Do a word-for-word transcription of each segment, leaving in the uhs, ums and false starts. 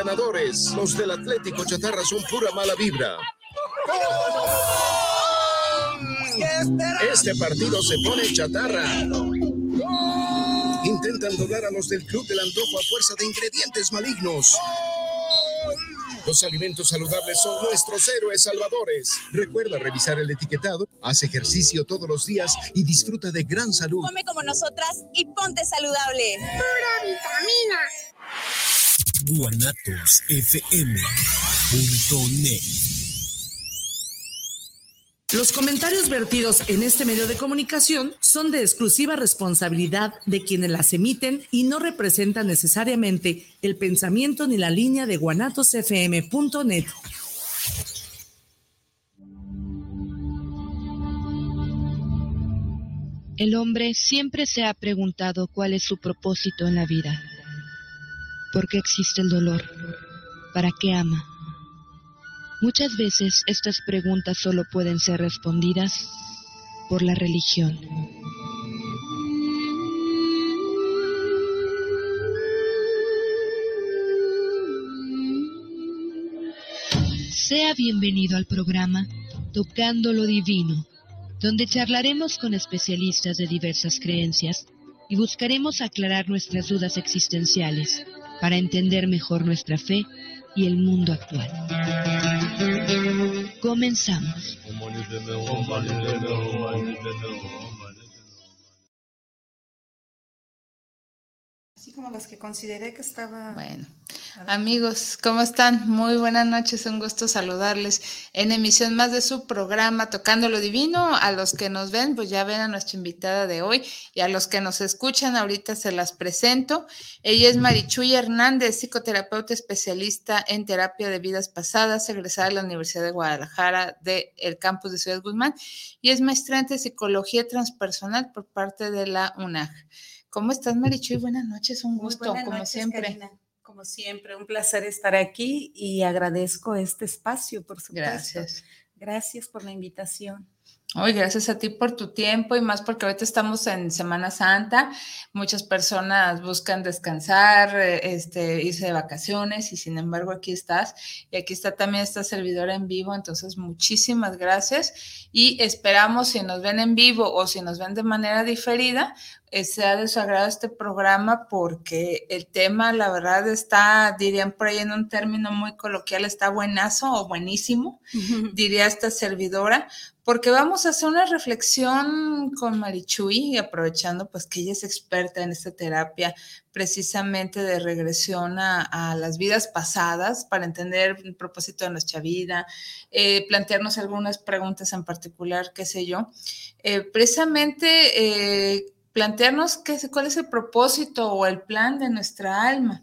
ganadores. Los del Atlético Chatarra son pura mala vibra. Este partido se pone chatarra. Intentan doblar a los del Club del Antojo a fuerza de ingredientes malignos. Los alimentos saludables son nuestros héroes salvadores. Recuerda revisar el etiquetado, haz ejercicio todos los días y disfruta de gran salud. Come como nosotras y ponte saludable. ¡Pura vitamina! guanatos f m punto net. Los comentarios vertidos en este medio de comunicación son de exclusiva responsabilidad de quienes las emiten y no representan necesariamente el pensamiento ni la línea de guanatos f m punto net. El hombre siempre se ha preguntado cuál es su propósito en la vida. ¿Por qué existe el dolor? ¿Para qué ama? Muchas veces estas preguntas solo pueden ser respondidas por la religión. Sea bienvenido al programa Tocando lo Divino, donde charlaremos con especialistas de diversas creencias y buscaremos aclarar nuestras dudas existenciales para entender mejor nuestra fe y el mundo actual. Comenzamos. Así como las que consideré que estaba... Bueno, amigos, ¿cómo están? Muy buenas noches, un gusto saludarles en emisión más de su programa Tocando lo Divino. A los que nos ven, pues ya ven a nuestra invitada de hoy, y a los que nos escuchan ahorita se las presento. Ella es Marichuy Hernández, psicoterapeuta especialista en terapia de vidas pasadas, egresada de la Universidad de Guadalajara del campus de Ciudad Guzmán, y es maestrante de psicología transpersonal por parte de la U N A G. ¿Cómo estás, Marichuy? Buenas noches, un gusto, Buenas como noches, siempre. Karina. Como siempre, un placer estar aquí y agradezco este espacio, por supuesto. Gracias. Gracias por la invitación. Hoy, gracias a ti por tu tiempo y más porque ahorita estamos en Semana Santa. Muchas personas buscan descansar, este, irse de vacaciones, y sin embargo aquí estás. Y aquí está también esta servidora en vivo, entonces muchísimas gracias. Y esperamos, si nos ven en vivo o si nos ven de manera diferida, eh, sea de su agrado este programa, porque el tema, la verdad, está, dirían por ahí en un término muy coloquial, está buenazo o buenísimo, diría esta servidora, porque vamos a hacer una reflexión con Marichuy, y aprovechando pues que ella es experta en esta terapia precisamente de regresión a, a las vidas pasadas, para entender el propósito de nuestra vida, eh, plantearnos algunas preguntas en particular, qué sé yo, eh, precisamente eh, plantearnos qué, cuál es el propósito o el plan de nuestra alma.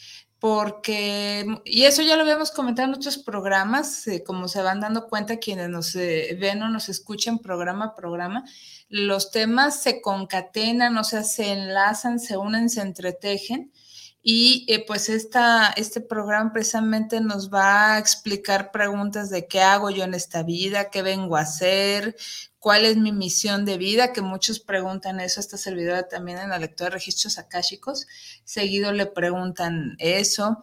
Porque, y eso ya lo habíamos comentado en otros programas, eh, como se van dando cuenta quienes nos eh, ven o nos escuchan programa a programa, los temas se concatenan, o sea, se enlazan, se unen, se entretejen, y eh, pues esta, este programa precisamente nos va a explicar preguntas de qué hago yo en esta vida, qué vengo a hacer, cuál es mi misión de vida, que muchos preguntan eso. Esta servidora también en la lectura de registros akáshicos, seguido le preguntan eso,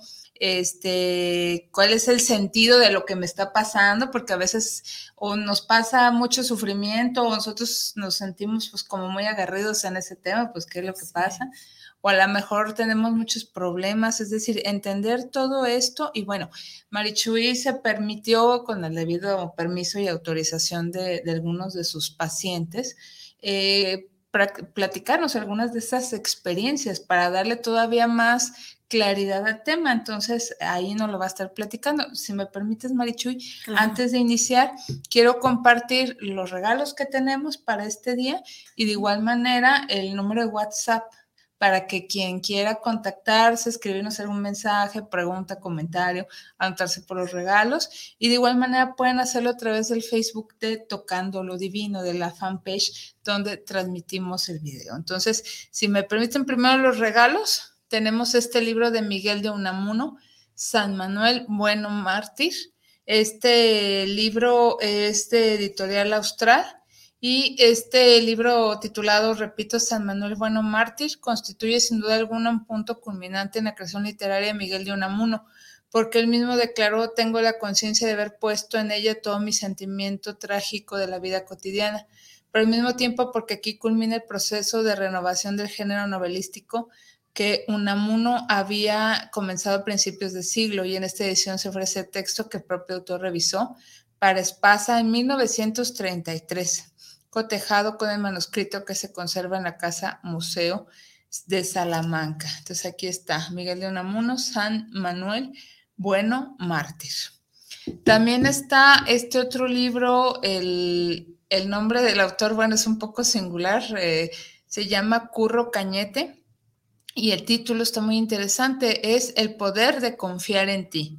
este, cuál es el sentido de lo que me está pasando, porque a veces o nos pasa mucho sufrimiento o nosotros nos sentimos pues como muy agarridos en ese tema, pues qué es lo que pasa, o a lo mejor tenemos muchos problemas, es decir, entender todo esto. Y bueno, Marichuy se permitió, con el debido permiso y autorización de, de algunos de sus pacientes, eh, platicarnos algunas de esas experiencias para darle todavía más claridad al tema. Entonces ahí nos lo va a estar platicando. Si me permites, Marichuy, claro, antes de iniciar, quiero compartir los regalos que tenemos para este día, y de igual manera el número de WhatsApp, para que quien quiera contactarse, escribirnos algún mensaje, pregunta, comentario, anotarse por los regalos. Y de igual manera pueden hacerlo a través del Facebook de Tocando lo Divino, de la fanpage donde transmitimos el video. Entonces, si me permiten primero los regalos, tenemos este libro de Miguel de Unamuno, San Manuel Bueno Mártir. Este libro es de Editorial Austral. Y este libro titulado, repito, San Manuel Bueno Mártir, constituye sin duda alguna un punto culminante en la creación literaria de Miguel de Unamuno, porque él mismo declaró: tengo la conciencia de haber puesto en ella todo mi sentimiento trágico de la vida cotidiana, pero al mismo tiempo porque aquí culmina el proceso de renovación del género novelístico que Unamuno había comenzado a principios de siglo, y en esta edición se ofrece el texto que el propio autor revisó para Espasa en mil novecientos treinta y tres, cotejado con el manuscrito que se conserva en la Casa Museo de Salamanca. Entonces aquí está: Miguel de Unamuno, San Manuel Bueno, mártir. También está este otro libro, el, el nombre del autor, bueno, es un poco singular, eh, se llama Curro Cañete, y el título está muy interesante, es El poder de confiar en ti.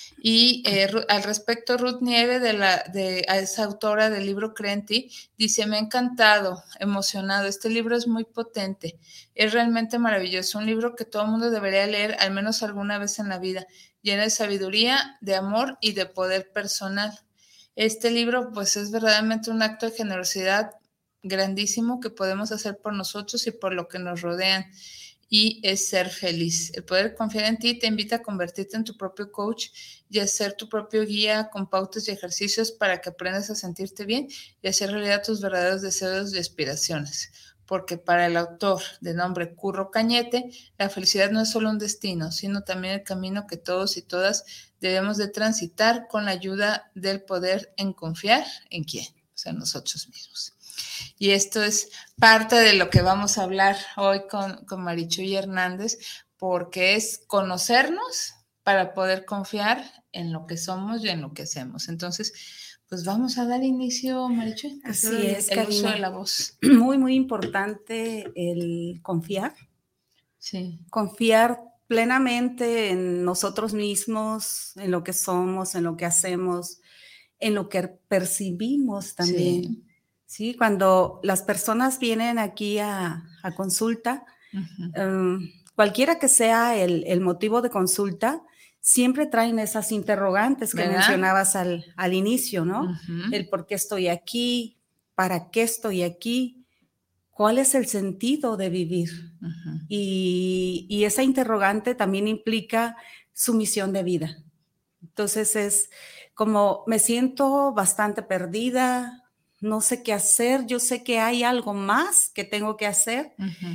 Y eh, al respecto, Ruth Nieve, de, la, de a esa autora del libro Cree en ti, dice: me ha encantado, emocionado, este libro es muy potente, es realmente maravilloso, un libro que todo el mundo debería leer al menos alguna vez en la vida, lleno de sabiduría, de amor y de poder personal. Este libro pues es verdaderamente un acto de generosidad grandísimo que podemos hacer por nosotros y por lo que nos rodean, y es ser feliz. El poder confiar en ti te invita a convertirte en tu propio coach y a ser tu propio guía con pautas y ejercicios para que aprendas a sentirte bien y hacer realidad tus verdaderos deseos y aspiraciones. Porque para el autor de nombre Curro Cañete, la felicidad no es solo un destino, sino también el camino que todos y todas debemos de transitar con la ayuda del poder en confiar en quién, o sea, nosotros mismos. Y esto es parte de lo que vamos a hablar hoy con, con Marichuy Hernández, porque es conocernos para poder confiar en lo que somos y en lo que hacemos. Entonces, pues vamos a dar inicio, Marichuy. Así el, es, el Karina. uso de la voz. Muy, muy importante el confiar. Sí. Confiar plenamente en nosotros mismos, en lo que somos, en lo que hacemos, en lo que percibimos también. Sí. Sí, cuando las personas vienen aquí a, a consulta, uh-huh. um, cualquiera que sea el, el motivo de consulta, siempre traen esas interrogantes que ¿verdad? mencionabas al, al inicio, ¿no? Uh-huh. El por qué estoy aquí, para qué estoy aquí, cuál es el sentido de vivir. Uh-huh. Y, y esa interrogante también implica su misión de vida. Entonces es como me siento bastante perdida, no sé qué hacer, yo sé que hay algo más que tengo que hacer. Uh-huh.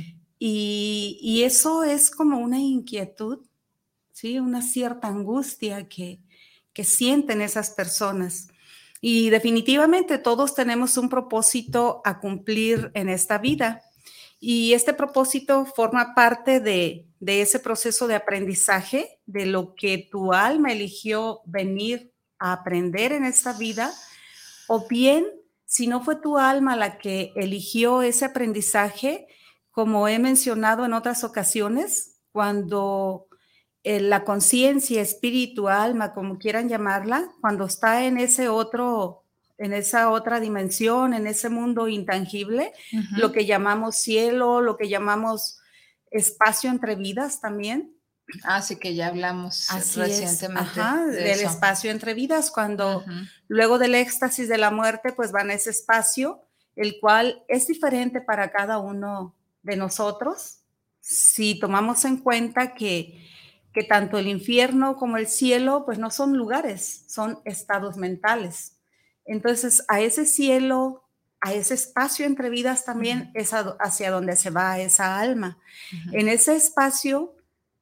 y, y eso es como una inquietud, ¿sí? Una cierta angustia que, que sienten esas personas. Y definitivamente todos tenemos un propósito a cumplir en esta vida. Y este propósito forma parte de, de ese proceso de aprendizaje, de lo que tu alma eligió venir a aprender en esta vida, o bien, si no fue tu alma la que eligió ese aprendizaje, como he mencionado en otras ocasiones, cuando eh, la conciencia, espíritu, alma, como quieran llamarla, cuando está en ese otro, en esa otra dimensión, en ese mundo intangible, uh-huh. lo que llamamos cielo, lo que llamamos espacio entre vidas también. Ah, sí, que ya hablamos Así recientemente. Es. Ajá, de del eso. Espacio entre vidas, cuando uh-huh. luego del éxtasis de la muerte, pues van a ese espacio, el cual es diferente para cada uno de nosotros, si tomamos en cuenta que, que tanto el infierno como el cielo, pues no son lugares, son estados mentales. Entonces, a ese cielo, a ese espacio entre vidas también uh-huh. es a, hacia donde se va esa alma. Uh-huh. En ese espacio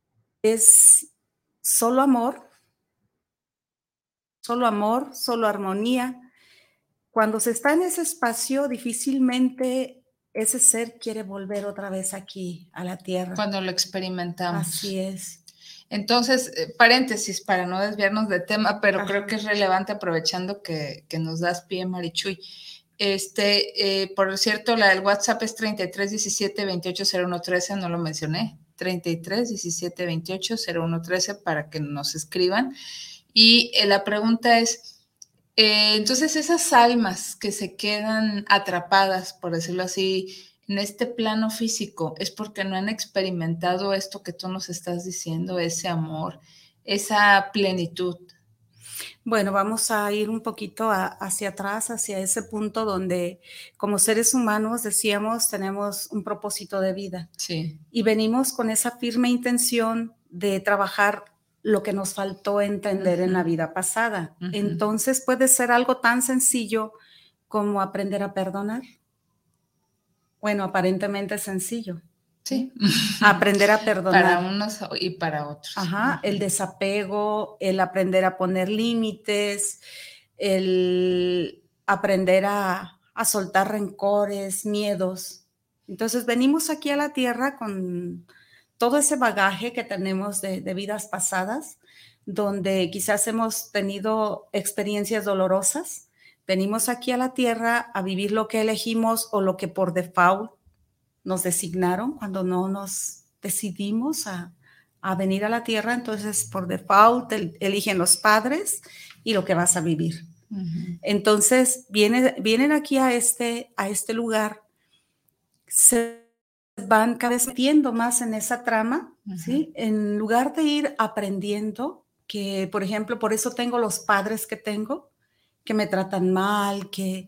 es solo amor, solo amor, solo armonía. Cuando se está en ese espacio, difícilmente ese ser quiere volver otra vez aquí a la tierra. Cuando lo experimentamos. Así es. Entonces, eh, paréntesis para no desviarnos de tema, pero Ajá. creo que es relevante aprovechando que, que nos das pie, Marichuy. Este, eh, por cierto, la del WhatsApp es treinta y tres diecisiete veintiocho cero uno trece, no lo mencioné. treinta y tres diecisiete veintiocho cero uno trece para que nos escriban. Y eh, la pregunta es, eh, entonces esas almas que se quedan atrapadas, por decirlo así, en este plano físico, es porque no han experimentado esto que tú nos estás diciendo, ese amor, esa plenitud. Bueno, vamos a ir un poquito a, hacia atrás, hacia ese punto donde como seres humanos, decíamos, tenemos un propósito de vida. Sí. Y venimos con esa firme intención de trabajar lo que nos faltó entender uh-huh. en la vida pasada. Uh-huh. Entonces puede ser algo tan sencillo como aprender a perdonar. Bueno, aparentemente sencillo. Sí. Aprender a perdonar. Para unos y para otros. Ajá, uh-huh. El desapego, el aprender a poner límites, el aprender a, a soltar rencores, miedos. Entonces venimos aquí a la tierra con todo ese bagaje que tenemos de, de vidas pasadas, donde quizás hemos tenido experiencias dolorosas. Venimos aquí a la tierra a vivir lo que elegimos o lo que por default nos designaron cuando no nos decidimos a, a venir a la tierra. Entonces, por default, el, eligen los padres y lo que vas a vivir. Uh-huh. Entonces, viene, vienen aquí a este, a este lugar, se van cada vez metiendo más en esa trama, uh-huh. ¿sí? En lugar de ir aprendiendo, que, por ejemplo, por eso tengo los padres que tengo, que me tratan mal, que,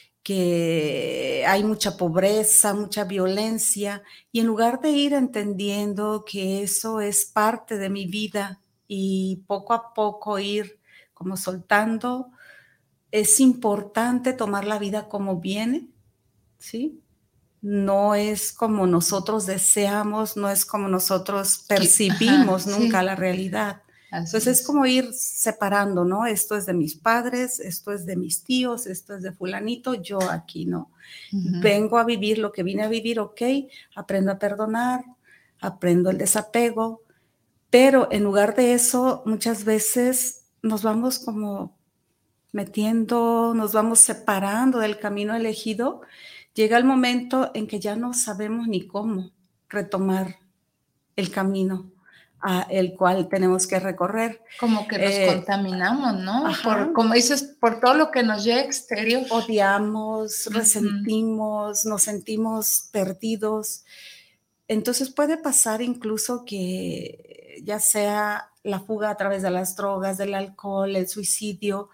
que hay mucha pobreza, mucha violencia, y en lugar de ir entendiendo que eso es parte de mi vida y poco a poco ir como soltando, es importante tomar la vida como viene, ¿sí? No es como nosotros deseamos, no es como nosotros percibimos Ajá, nunca sí. la realidad. Así Entonces es. es como ir separando, ¿no? Esto es de mis padres, esto es de mis tíos, esto es de fulanito, yo aquí, ¿no? Uh-huh. Vengo a vivir lo que vine a vivir, ok, aprendo a perdonar, aprendo el desapego, pero en lugar de eso, muchas veces nos vamos como metiendo, nos vamos separando del camino elegido. Llega el momento en que ya no sabemos ni cómo retomar el camino a el cual tenemos que recorrer. Como que nos eh, contaminamos, ¿no? Por, como dices, por todo lo que nos llega exterior. Odiamos, uh-huh. resentimos, nos sentimos perdidos. Entonces puede pasar incluso que ya sea la fuga a través de las drogas, del alcohol, el suicidio.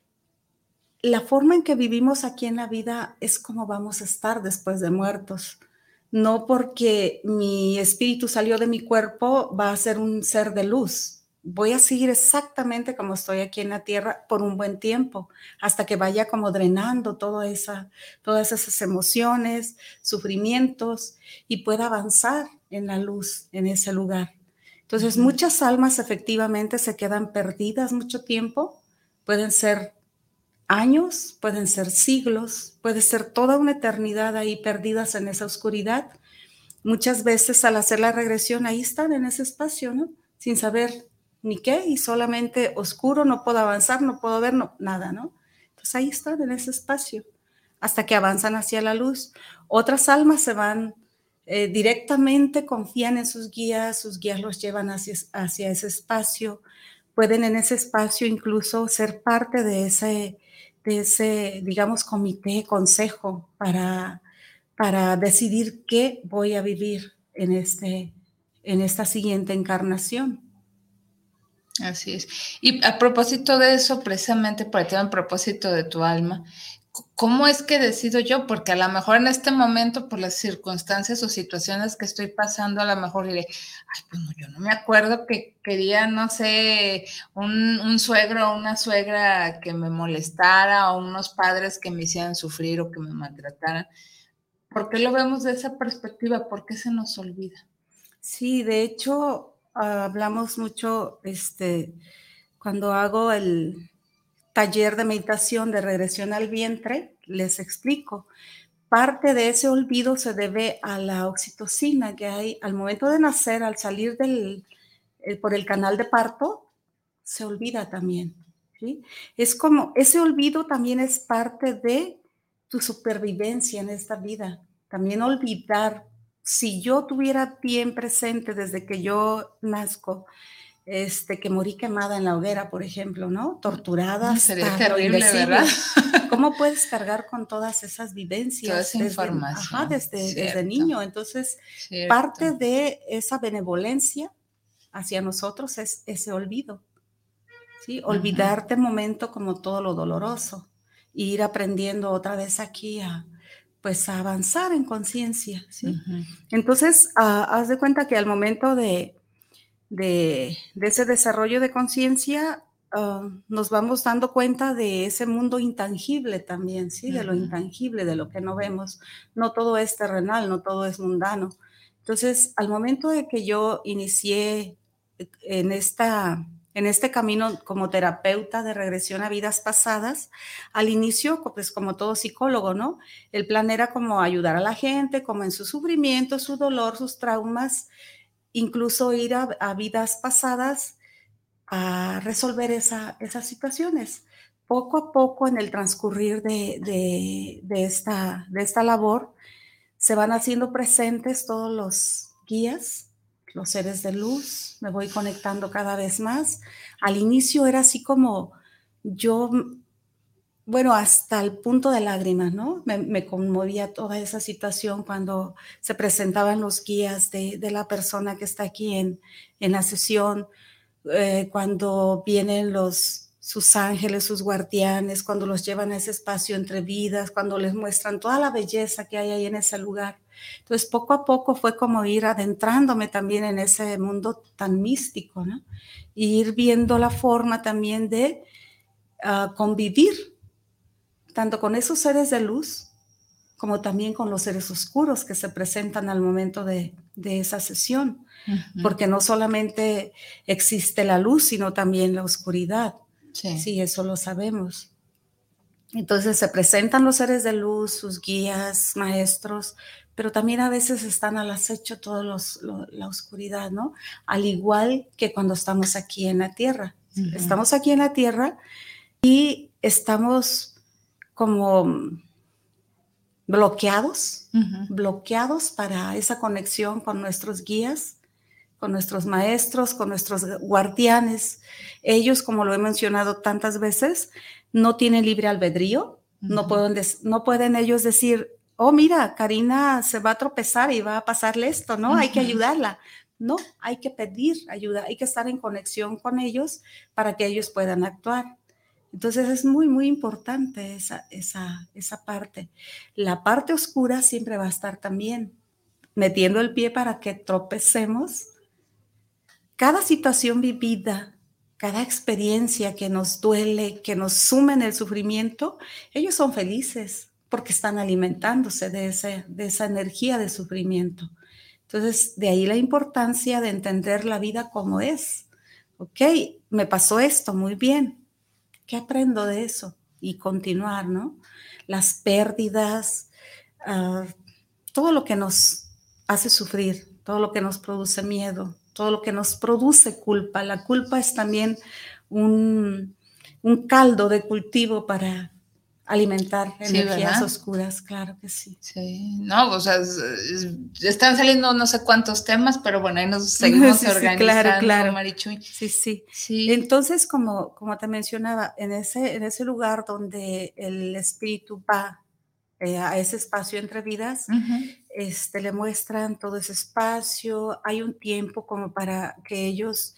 La forma en que vivimos aquí en la vida es como vamos a estar después de muertos. No porque mi espíritu salió de mi cuerpo va a ser un ser de luz. Voy a seguir exactamente como estoy aquí en la tierra por un buen tiempo, hasta que vaya como drenando toda esa, todas esas emociones, sufrimientos y pueda avanzar en la luz en ese lugar. Entonces, uh-huh. muchas almas efectivamente se quedan perdidas mucho tiempo. Pueden ser años, pueden ser siglos, puede ser toda una eternidad ahí perdidas en esa oscuridad. Muchas veces al hacer la regresión ahí están en ese espacio, ¿no? Sin saber ni qué y solamente oscuro, no puedo avanzar, no puedo ver, no, nada, ¿no? Entonces ahí están en ese espacio hasta que avanzan hacia la luz. Otras almas se van eh, directamente, confían en sus guías, sus guías los llevan hacia, hacia ese espacio, pueden en ese espacio incluso ser parte de ese de ese, digamos, comité, consejo para, para decidir qué voy a vivir en, este, en esta siguiente encarnación. Así es. Y a propósito de eso, precisamente por el tema a propósito de tu alma, ¿cómo es que decido yo? Porque a lo mejor en este momento, por las circunstancias o situaciones que estoy pasando, a lo mejor diré, ay, pues no, yo no me acuerdo que quería, no sé, un, un suegro o una suegra que me molestara o unos padres que me hicieran sufrir o que me maltrataran. ¿Por qué lo vemos de esa perspectiva? ¿Por qué se nos olvida? Sí, de hecho, uh, hablamos mucho, este, cuando hago el taller de meditación de regresión al vientre, les explico. Parte de ese olvido se debe a la oxitocina que hay al momento de nacer, al salir del, eh, por el canal de parto, se olvida también, ¿sí? Es como, ese olvido también es parte de tu supervivencia en esta vida. También olvidar, si yo tuviera bien presente desde que yo nazco, Este, que morí quemada en la hoguera, por ejemplo, ¿no? Torturada. Sería terrible, ¿verdad? ¿Cómo puedes cargar con todas esas vivencias? Toda esa desde, información. Ajá, desde, desde niño. Entonces, Cierto. parte de esa benevolencia hacia nosotros es ese olvido, ¿sí? Olvidarte el momento como todo lo doloroso e ir aprendiendo otra vez aquí a, pues, a avanzar en conciencia, ¿sí? Uh-huh. Entonces, uh, haz de cuenta que al momento de de, de ese desarrollo de conciencia, uh, nos vamos dando cuenta de ese mundo intangible también, ¿sí? De lo intangible, de lo que no vemos. No todo es terrenal, no todo es mundano. Entonces, al momento de que yo inicié en esta... en este camino como terapeuta de regresión a vidas pasadas, al inicio, pues como todo psicólogo, ¿no? El plan era como ayudar a la gente, como en su sufrimiento, su dolor, sus traumas, incluso ir a, a vidas pasadas a resolver esa, esas situaciones. Poco a poco en el transcurrir de, de, de, esta, de esta labor, se van haciendo presentes todos los guías, los seres de luz, me voy conectando cada vez más. Al inicio era así como yo, bueno, hasta el punto de lágrimas, ¿no? Me, me conmovía toda esa situación cuando se presentaban los guías de, de la persona que está aquí en, en la sesión, eh, cuando vienen los, sus ángeles, sus guardianes, cuando los llevan a ese espacio entre vidas, cuando les muestran toda la belleza que hay ahí en ese lugar. Entonces, poco a poco fue como ir adentrándome también en ese mundo tan místico, ¿no? Y ir viendo la forma también de uh, convivir, tanto con esos seres de luz, como también con los seres oscuros que se presentan al momento de, de esa sesión. Uh-huh. Porque no solamente existe la luz, sino también la oscuridad. Sí, sí, eso lo sabemos. Entonces se presentan los seres de luz, sus guías, maestros, pero también a veces están al acecho toda la oscuridad, ¿no? Al igual que cuando estamos aquí en la tierra. Uh-huh. Estamos aquí en la tierra y estamos como bloqueados, uh-huh. bloqueados para esa conexión con nuestros guías, con nuestros maestros, con nuestros guardianes. Ellos, como lo he mencionado tantas veces, no tienen libre albedrío, uh-huh. no, pueden des- no pueden ellos decir, oh, mira, Karina se va a tropezar y va a pasarle esto, ¿no? Uh-huh. Hay que ayudarla. No, hay que pedir ayuda, hay que estar en conexión con ellos para que ellos puedan actuar. Entonces es muy, muy importante esa, esa, esa parte. La parte oscura siempre va a estar también metiendo el pie para que tropecemos. Cada situación vivida, cada experiencia que nos duele, que nos sume en el sufrimiento, ellos son felices porque están alimentándose de, ese, de esa energía de sufrimiento. Entonces, de ahí la importancia de entender la vida como es. Ok, me pasó esto, muy bien. ¿Qué aprendo de eso? Y continuar, ¿no? Las pérdidas, uh, todo lo que nos hace sufrir, todo lo que nos produce miedo, todo lo que nos produce culpa. La culpa es también un, un caldo de cultivo para alimentar energías sí, oscuras, claro que sí. Sí, no, o sea, es, es, están saliendo no sé cuántos temas, pero bueno, ahí nos seguimos sí, organizando, sí, claro, claro. Marichuy. Sí, sí, sí. Entonces, como, como te mencionaba, en ese, en ese lugar donde el espíritu va eh, a ese espacio entre vidas, uh-huh. este, le muestran todo ese espacio, hay un tiempo como para que ellos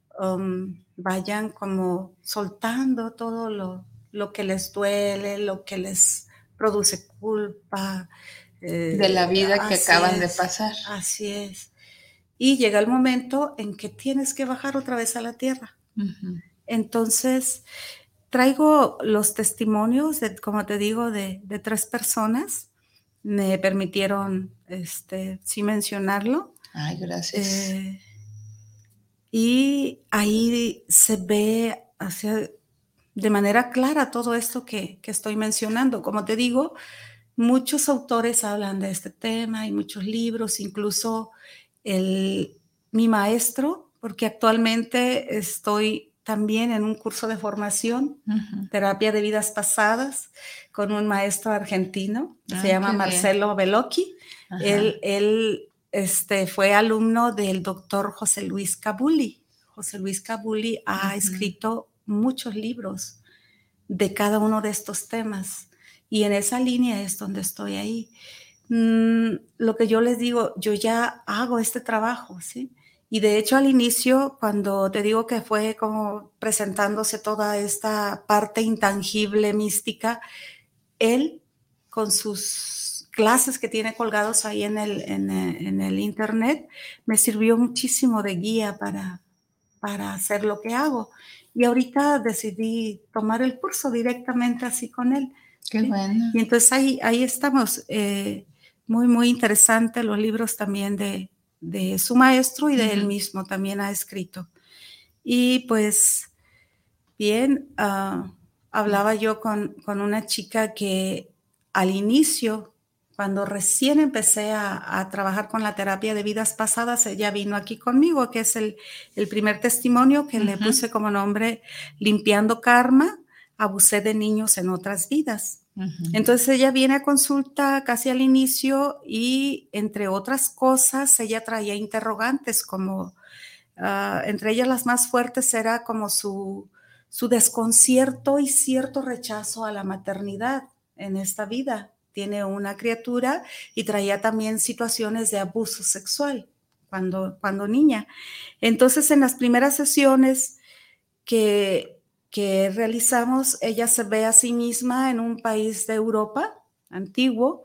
um, vayan como soltando todo lo lo que les duele, lo que les produce culpa. Eh, de la vida que acaban es, de pasar. Así es. Y llega el momento en que tienes que bajar otra vez a la tierra. Uh-huh. Entonces, traigo los testimonios, de, como te digo, de, de tres personas. Me permitieron, este, sí mencionarlo. Ay, gracias. Eh, y ahí se ve hacia... de manera clara todo esto que, que estoy mencionando. Como te digo, muchos autores hablan de este tema, hay muchos libros, incluso el, mi maestro, porque actualmente estoy también en un curso de formación, uh-huh. terapia de vidas pasadas, con un maestro argentino, ah, se llama Marcelo Bellocchi. Él, él este, fue alumno del doctor José Luis Cabuli. José Luis Cabuli ha uh-huh. escrito muchos libros de cada uno de estos temas y en esa línea es donde estoy ahí. Mm, lo que yo les digo, yo ya hago este trabajo, ¿sí? Y de hecho al inicio, cuando te digo que fue como presentándose toda esta parte intangible, mística, él con sus clases que tiene colgados ahí en el, en el, en el internet, me sirvió muchísimo de guía para, para hacer lo que hago. Y ahorita decidí tomar el curso directamente así con él. Qué ¿sí? bueno. Y entonces ahí, ahí estamos. Eh, muy, muy interesante los libros también de, de su maestro y de uh-huh. él mismo también ha escrito. Y pues, bien, uh, hablaba yo con, con una chica que al inicio, cuando recién empecé a, a trabajar con la terapia de vidas pasadas, ella vino aquí conmigo, que es el, el primer testimonio que uh-huh. le puse como nombre Limpiando Karma, abusé de niños en otras vidas. Uh-huh. Entonces ella viene a consulta casi al inicio y entre otras cosas ella traía interrogantes como, uh, entre ellas las más fuertes era como su, su desconcierto y cierto rechazo a la maternidad en esta vida. Tiene una criatura y traía también situaciones de abuso sexual cuando, cuando niña. Entonces, en las primeras sesiones que, que realizamos, ella se ve a sí misma en un país de Europa antiguo.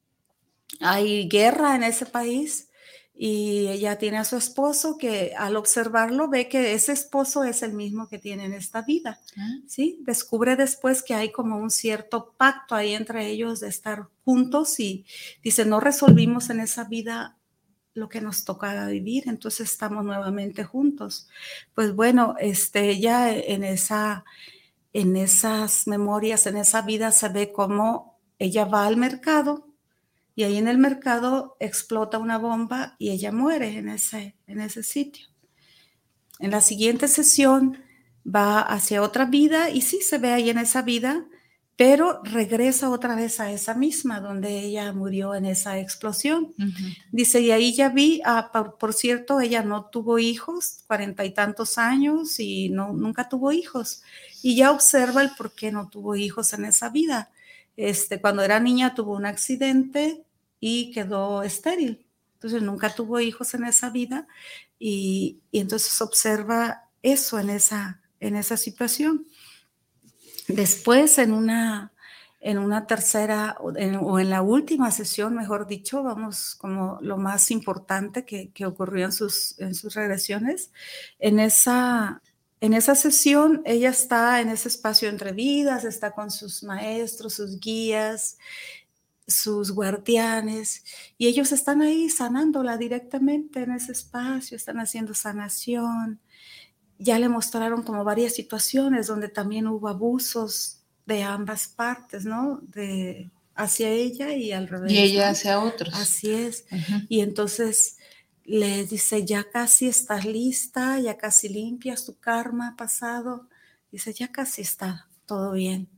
Hay guerra en ese país y ella tiene a su esposo que al observarlo ve que ese esposo es el mismo que tiene en esta vida, ¿sí? Descubre después que hay como un cierto pacto ahí entre ellos de estar juntos y dice, no resolvimos en esa vida lo que nos tocaba vivir, entonces estamos nuevamente juntos. Pues bueno, este, ella en, esa, en esas memorias, en esa vida se ve cómo ella va al mercado y ahí en el mercado explota una bomba y ella muere en ese, en ese sitio. En la siguiente sesión va hacia otra vida y sí se ve ahí en esa vida, pero regresa otra vez a esa misma donde ella murió en esa explosión. Uh-huh. Dice, y ahí ya vi, ah, por, por cierto, ella no tuvo hijos, cuarenta y tantos años y no, nunca tuvo hijos. Y ya observa el por qué no tuvo hijos en esa vida. Este, cuando era niña tuvo un accidente y quedó estéril. Entonces nunca tuvo hijos en esa vida y, y entonces observa eso en esa, en esa situación. Después en una, en una tercera en, o en la última sesión, mejor dicho, vamos como lo más importante que, que ocurrió en sus, en sus regresiones, en esa, en esa sesión ella está en ese espacio entre vidas, está con sus maestros, sus guías, sus guardianes, y ellos están ahí sanándola directamente en ese espacio, están haciendo sanación. Ya le mostraron como varias situaciones donde también hubo abusos de ambas partes, ¿no? De, hacia ella y al revés. Y ella ¿no? hacia otros. Así es. Uh-huh. Y entonces le dice, ya casi estás lista, ya casi limpias tu karma pasado. Dice, ya casi está todo bien.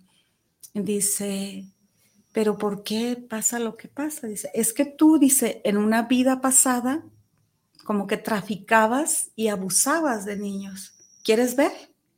Dice, pero ¿por qué pasa lo que pasa? Dice, es que tú, dice, en una vida pasada, como que traficabas y abusabas de niños. ¿Quieres ver?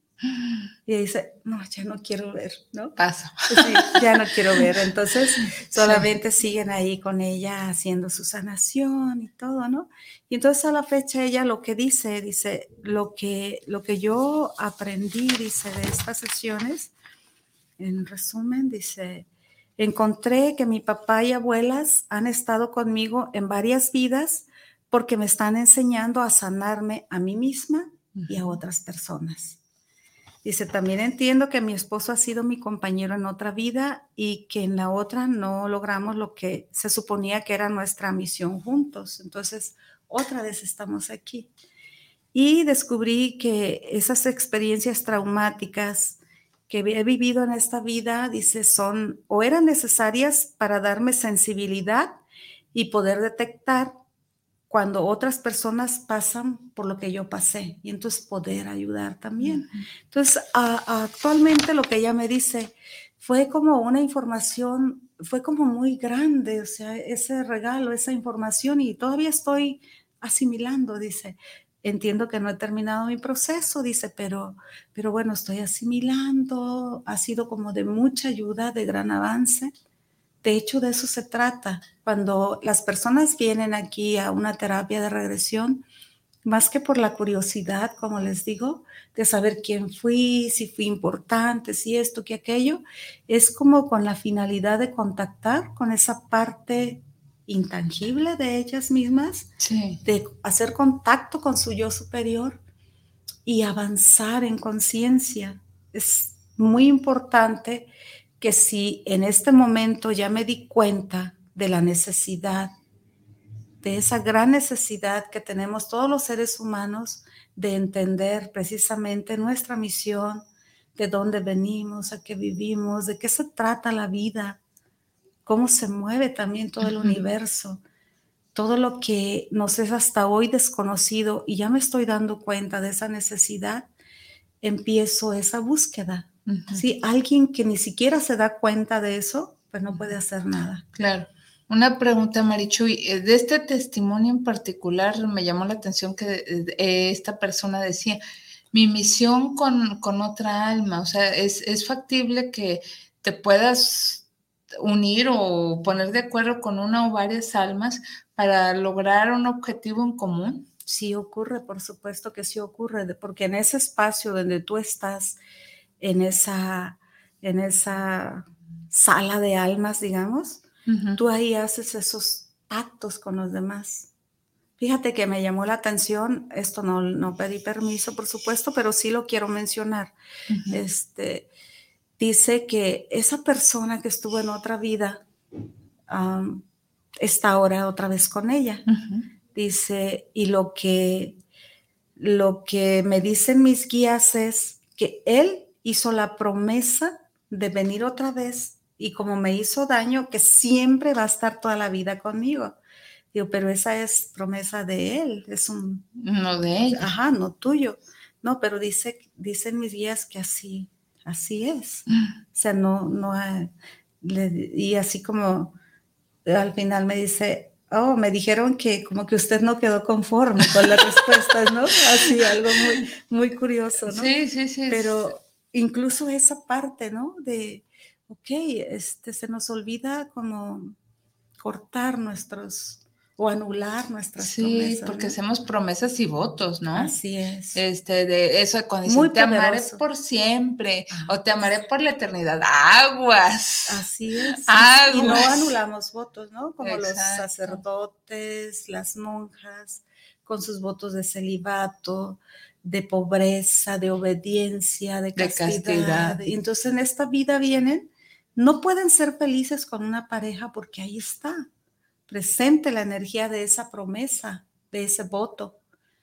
Y dice, no, ya no quiero ver, ¿no? Paso. Sí, ya no quiero ver. Entonces, solamente sí. siguen ahí con ella haciendo su sanación y todo, ¿no? Y entonces a la fecha ella lo que dice, dice, lo que, lo que yo aprendí, dice, de estas sesiones, en resumen, dice, encontré que mi papá y abuelas han estado conmigo en varias vidas porque me están enseñando a sanarme a mí misma uh-huh. y a otras personas. Dice, también entiendo que mi esposo ha sido mi compañero en otra vida y que en la otra no logramos lo que se suponía que era nuestra misión juntos. Entonces, otra vez estamos aquí. Y descubrí que esas experiencias traumáticas que he vivido en esta vida, dice, son o eran necesarias para darme sensibilidad y poder detectar cuando otras personas pasan por lo que yo pasé y entonces poder ayudar también. Uh-huh. Entonces, a, a actualmente lo que ella me dice fue como una información, fue como muy grande, o sea, ese regalo, esa información y todavía estoy asimilando, dice. Entiendo que no he terminado mi proceso, dice, pero, pero bueno, estoy asimilando, ha sido como de mucha ayuda, de gran avance. De hecho, de eso se trata. Cuando las personas vienen aquí a una terapia de regresión, más que por la curiosidad, como les digo, de saber quién fui, si fui importante, si esto, que aquello, es como con la finalidad de contactar con esa parte intangible de ellas mismas, Sí. de hacer contacto con su yo superior y avanzar en conciencia. Es muy importante que si en este momento ya me di cuenta de la necesidad, de esa gran necesidad que tenemos todos los seres humanos de entender precisamente nuestra misión, de dónde venimos, a qué vivimos, de qué se trata la vida, cómo se mueve también todo el Ujú. universo, todo lo que nos es hasta hoy desconocido, y ya me estoy dando cuenta de esa necesidad, empiezo esa búsqueda. Ujú. ¿Sí? Alguien que ni siquiera se da cuenta de eso, pues no puede hacer nada. Claro. Una pregunta, Marichuy. eh, De este testimonio en particular me llamó la atención que eh, esta persona decía, mi misión con, con otra alma, o sea, ¿es, es factible que te puedas unir o poner de acuerdo con una o varias almas para lograr un objetivo en común? Sí ocurre, por supuesto que sí ocurre, porque en ese espacio donde tú estás, en esa, en esa sala de almas, digamos, Ujú. tú ahí haces esos pactos con los demás. Fíjate que me llamó la atención, esto no, no pedí permiso, por supuesto, pero sí lo quiero mencionar. Ujú. Este, dice que esa persona que estuvo en otra vida um, está ahora otra vez con ella. Ujú. Dice, y lo que, lo que me dicen mis guías es que él hizo la promesa de venir otra vez y como me hizo daño, que siempre va a estar toda la vida conmigo. Digo, pero esa es promesa de él, es un... No de ella. Ajá, no tuyo. No, pero dice, dicen mis guías que así, así es. O sea, no, no, hay- le- y así como al final me dice, oh, me dijeron que como que usted no quedó conforme con las respuestas, ¿no? Así, algo muy, muy curioso, ¿no? Sí, sí, sí. Pero incluso esa parte, ¿no? De, ok, este, se nos olvida como cortar nuestros o anular nuestras Sí, promesas, porque ¿no? hacemos promesas y votos, ¿no? Así es. Este, de eso, cuando Muy dicen, te amaré poderoso. por siempre, Ah, o te amaré por la eternidad. Aguas. Así es. Aguas. Y no anulamos votos, ¿no? Como los Exacto. sacerdotes, las monjas, con sus votos de celibato, de pobreza, de obediencia, de De castidad. castidad. Y entonces en esta vida vienen, no pueden ser felices con una pareja porque ahí está, presente la energía de esa promesa, de ese voto.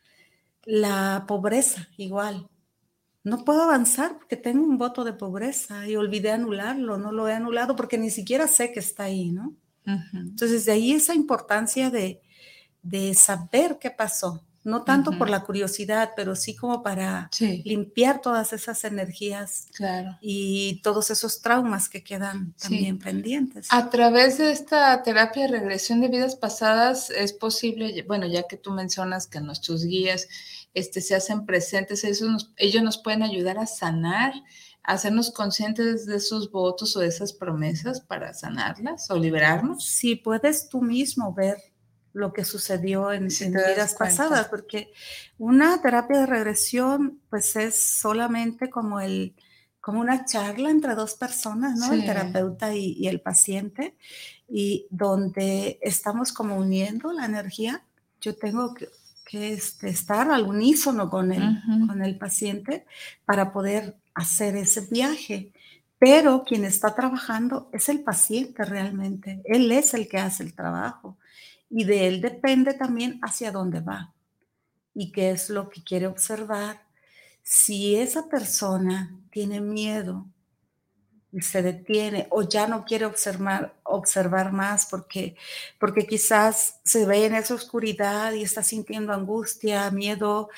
La pobreza, igual. No puedo avanzar porque tengo un voto de pobreza y olvidé anularlo, no lo he anulado porque ni siquiera sé que está ahí, ¿no? Ujú. Entonces, de ahí esa importancia de, de saber qué pasó, no tanto Ujú. por la curiosidad, pero sí como para Sí, limpiar todas esas energías claro. y todos esos traumas que quedan Sí. también pendientes. A través de esta terapia de regresión de vidas pasadas es posible, bueno, ya que tú mencionas que nuestros guías este, se hacen presentes, eso nos- ellos nos pueden ayudar a sanar, a hacernos conscientes de esos votos o de esas promesas para sanarlas o liberarnos. Si puedes tú mismo ver lo que sucedió en, Si en te das vidas cuenta. pasadas, porque una terapia de regresión pues es solamente como el como una charla entre dos personas, ¿no? Sí. El terapeuta y, y el paciente, y donde estamos como uniendo la energía. Yo tengo que, que este, estar al unísono con el, Ujú. con el paciente para poder hacer ese viaje. Pero quien está trabajando es el paciente realmente. Él es el que hace el trabajo. Y de él depende también hacia dónde va y qué es lo que quiere observar. Si esa persona tiene miedo y se detiene o ya no quiere observar, observar más porque, porque quizás se ve en esa oscuridad y está sintiendo angustia, miedo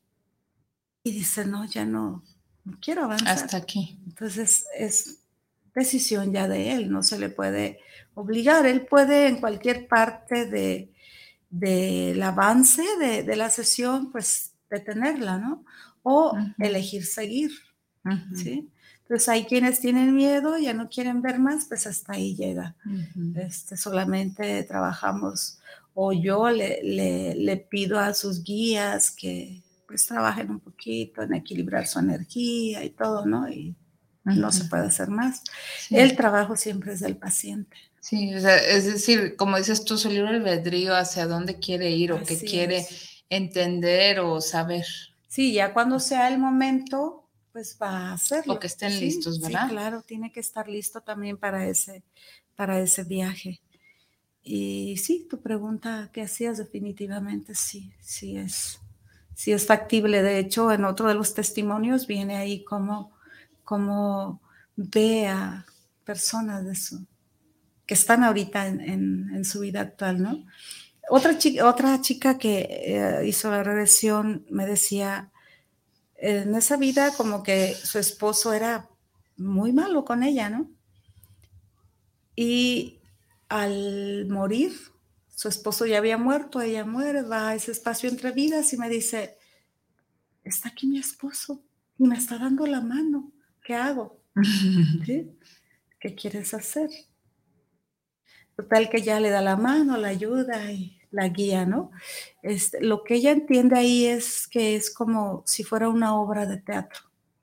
y dice, no, ya no, no quiero avanzar. Hasta aquí. Entonces es decisión ya de él, no se le puede obligar. Él puede en cualquier parte de, del avance de, de la sesión, pues detenerla, ¿no? O Ujú. elegir seguir, Ujú. ¿sí? Entonces hay quienes tienen miedo, ya no quieren ver más, pues hasta ahí llega. Ujú. Este, solamente trabajamos o yo le, le, le pido a sus guías que pues trabajen un poquito en equilibrar su energía y todo, ¿no? Y uh-huh. no se puede hacer más. Sí. El trabajo siempre es del paciente. Sí, o sea, es decir, como dices tú, su libre albedrío hacia dónde quiere ir o qué quiere es. entender o saber. Sí, ya cuando sea el momento, pues va a hacerlo. O que estén sí, listos, ¿verdad? Sí, claro, tiene que estar listo también para ese, para ese viaje. Y sí, tu pregunta que hacías definitivamente sí, sí es, sí es factible. De hecho, en otro de los testimonios viene ahí cómo, cómo ve a personas de su, que están ahorita en, en, en su vida actual, ¿no? Otra chica, otra chica que eh, hizo la regresión me decía, en esa vida como que su esposo era muy malo con ella, ¿no? Y al morir, su esposo ya había muerto, ella muere, va a ese espacio entre vidas y me dice, está aquí mi esposo y me está dando la mano, ¿qué hago? ¿Sí? ¿Qué quieres hacer? Total que ya le da la mano, la ayuda y la guía, ¿no? Este, lo que ella entiende ahí es que es como si fuera una obra de teatro.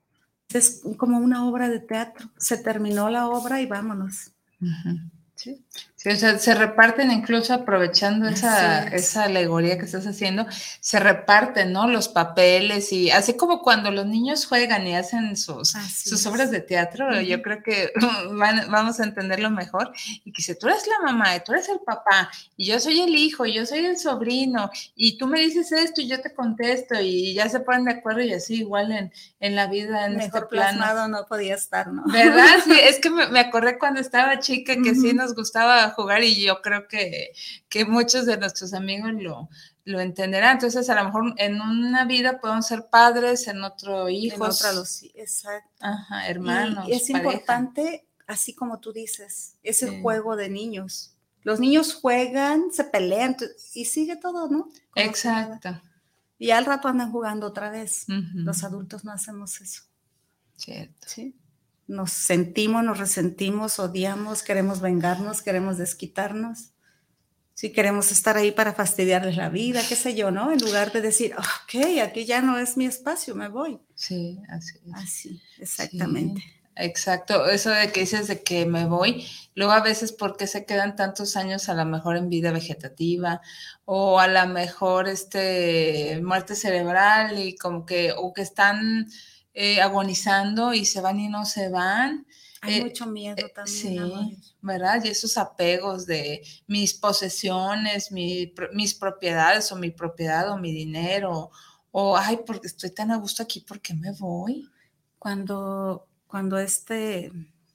Es como una obra de teatro. Se terminó la obra y vámonos. Uh-huh. Sí. Sí, o sea, se reparten incluso aprovechando esa, sí. esa alegoría que estás haciendo, se reparten, ¿no? Los papeles y así como cuando los niños juegan y hacen sus, sus obras de teatro, uh-huh. yo creo que van, vamos a entenderlo mejor y que si tú eres la mamá y tú eres el papá y yo soy el hijo y yo soy el sobrino y tú me dices esto y yo te contesto y ya se ponen de acuerdo y así igual en, en la vida, en mejor este plano. Plasmado no podía estar, ¿no? ¿Verdad? Sí, es que me, me acordé cuando estaba chica que uh-huh. sí nos gustaba jugar y yo creo que, que muchos de nuestros amigos lo, lo entenderán. Entonces, a lo mejor en una vida podemos ser padres, en otro hijos. En otra los, exacto. Ajá, hermanos, y, y es pareja. importante, así como tú dices, ese sí. juego de niños. Los niños juegan, se pelean y sigue todo, ¿no? Como exacto. Y al rato andan jugando otra vez. Uh-huh. Los adultos no hacemos eso. Cierto. Sí. Nos sentimos, nos resentimos, odiamos, queremos vengarnos, queremos desquitarnos. Sí, queremos estar ahí para fastidiarles la vida, qué sé yo, ¿no? En lugar de decir, ok, aquí ya no es mi espacio, me voy. Sí, así es. Así, exactamente. Sí, exacto, eso de que dices de que me voy, luego a veces porque se quedan tantos años a lo mejor en vida vegetativa o a lo mejor este, muerte cerebral y como que, o que están... Eh, agonizando y se van y no se van. Hay eh, mucho miedo también. Sí, amor. ¿verdad? Y esos apegos de mis posesiones, mi, mis propiedades o mi propiedad o mi dinero o, ay, porque estoy tan a gusto aquí, ¿por qué me voy? Cuando, cuando este,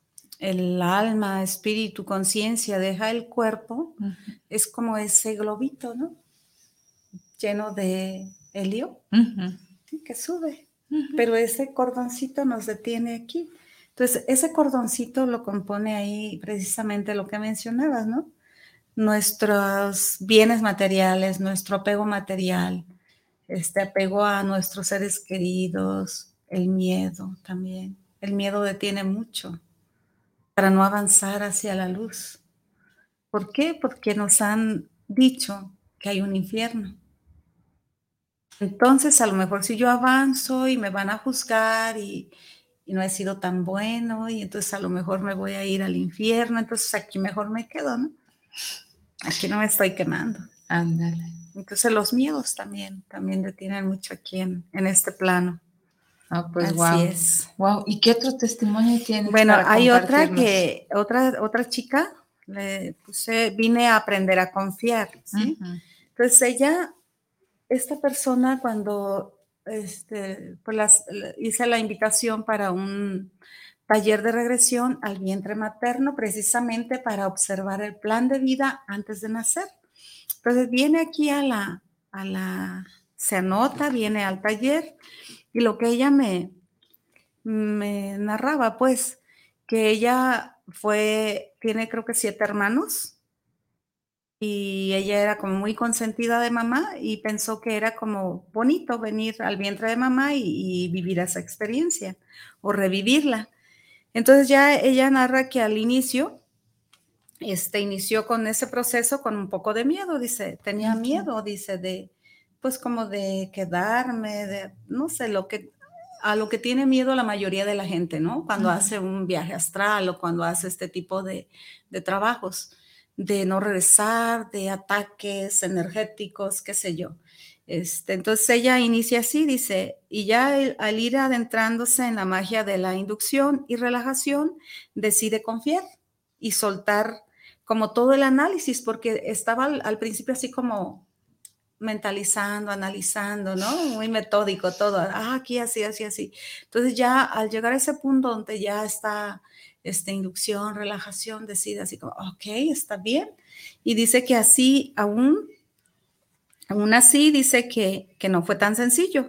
el alma, espíritu, conciencia deja el cuerpo, uh-huh. es como ese globito, ¿no? Lleno de helio, uh-huh. ¿sí? Que sube. Uh-huh. Pero ese cordoncito nos detiene aquí. Entonces, ese cordoncito lo compone ahí precisamente lo que mencionabas, ¿no? Nuestros bienes materiales, nuestro apego material, este apego a nuestros seres queridos, el miedo también. El miedo detiene mucho para no avanzar hacia la luz. ¿Por qué? Porque nos han dicho que hay un infierno. Entonces, a lo mejor si yo avanzo y me van a juzgar y, y no he sido tan bueno, y entonces a lo mejor me voy a ir al infierno, entonces aquí mejor me quedo, ¿no? Aquí no me estoy quemando. Ándale. Entonces los miedos también, también detienen mucho aquí en, en este plano. Ah, pues así wow. es. Wow. ¿Y qué otro testimonio tienes? Bueno, para hay otra que, otra, otra chica, le puse, vine a aprender a confiar, ¿sí? Uh-huh. Entonces ella... Esta persona cuando este, pues las, hice la invitación para un taller de regresión al vientre materno precisamente para observar el plan de vida antes de nacer. Entonces viene aquí a la, a la, se anota, viene al taller y lo que ella me, me narraba pues que ella fue, tiene creo que siete hermanos. Y ella era como muy consentida de mamá y pensó que era como bonito venir al vientre de mamá y, y vivir esa experiencia o revivirla. Entonces ya ella narra que al inicio este, inició con ese proceso con un poco de miedo, dice, tenía Ujú. miedo, dice, de, pues como de quedarme, de, no sé, lo que, a lo que tiene miedo la mayoría de la gente, ¿no? Cuando Ujú. hace un viaje astral o cuando hace este tipo de, de trabajos, de no regresar, de ataques energéticos, qué sé yo. Este, entonces ella inicia así, dice, y ya el- al ir adentrándose en la magia de la inducción y relajación, decide confiar y soltar como todo el análisis, porque estaba al, al principio así como mentalizando, analizando, ¿no? Muy metódico todo. Ah, aquí así, así, así. Entonces ya al llegar a ese punto donde ya está este, inducción, relajación, decide así como, ok, está bien. Y dice que así, aún, aún así, dice que, que no fue tan sencillo,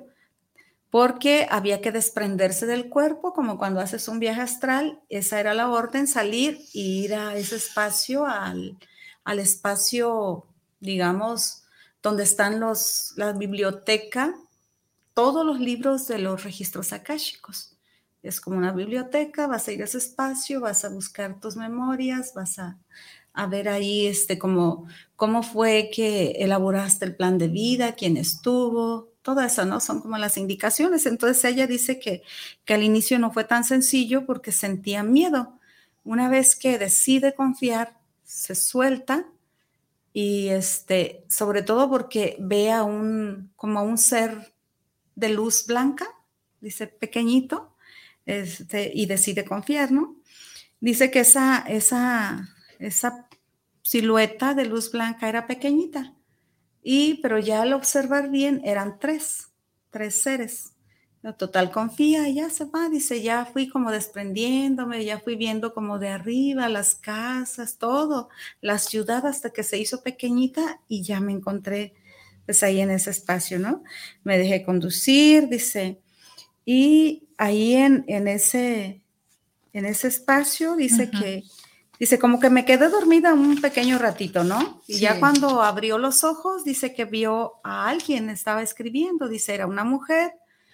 porque había que desprenderse del cuerpo, como cuando haces un viaje astral, esa era la orden, salir e ir a ese espacio, al, al espacio, digamos, donde están los, la biblioteca, todos los libros de los registros akáshicos. Es como una biblioteca, vas a ir a ese espacio, vas a buscar tus memorias, vas a, a ver ahí este, como, cómo fue que elaboraste el plan de vida, quién estuvo, todo eso, ¿no? Son como las indicaciones. Entonces ella dice que, que al inicio no fue tan sencillo porque sentía miedo. Una vez que decide confiar, se suelta y este, sobre todo porque ve a un, como a un ser de luz blanca, dice pequeñito, este, y decide confiar, ¿no? Dice que esa, esa, esa silueta de luz blanca era pequeñita, y, pero ya al observar bien eran tres, tres seres. Total confía, ya se va, dice, ya fui como desprendiéndome, ya fui viendo como de arriba las casas, todo, la ciudad hasta que se hizo pequeñita y ya me encontré pues ahí en ese espacio, ¿no? Me dejé conducir, dice, y ahí en, en, ese, en ese espacio dice Ujú. que, dice como que me quedé dormida un pequeño ratito, ¿no? Y Sí. ya cuando abrió los ojos, dice que vio a alguien, estaba escribiendo, dice, era una mujer,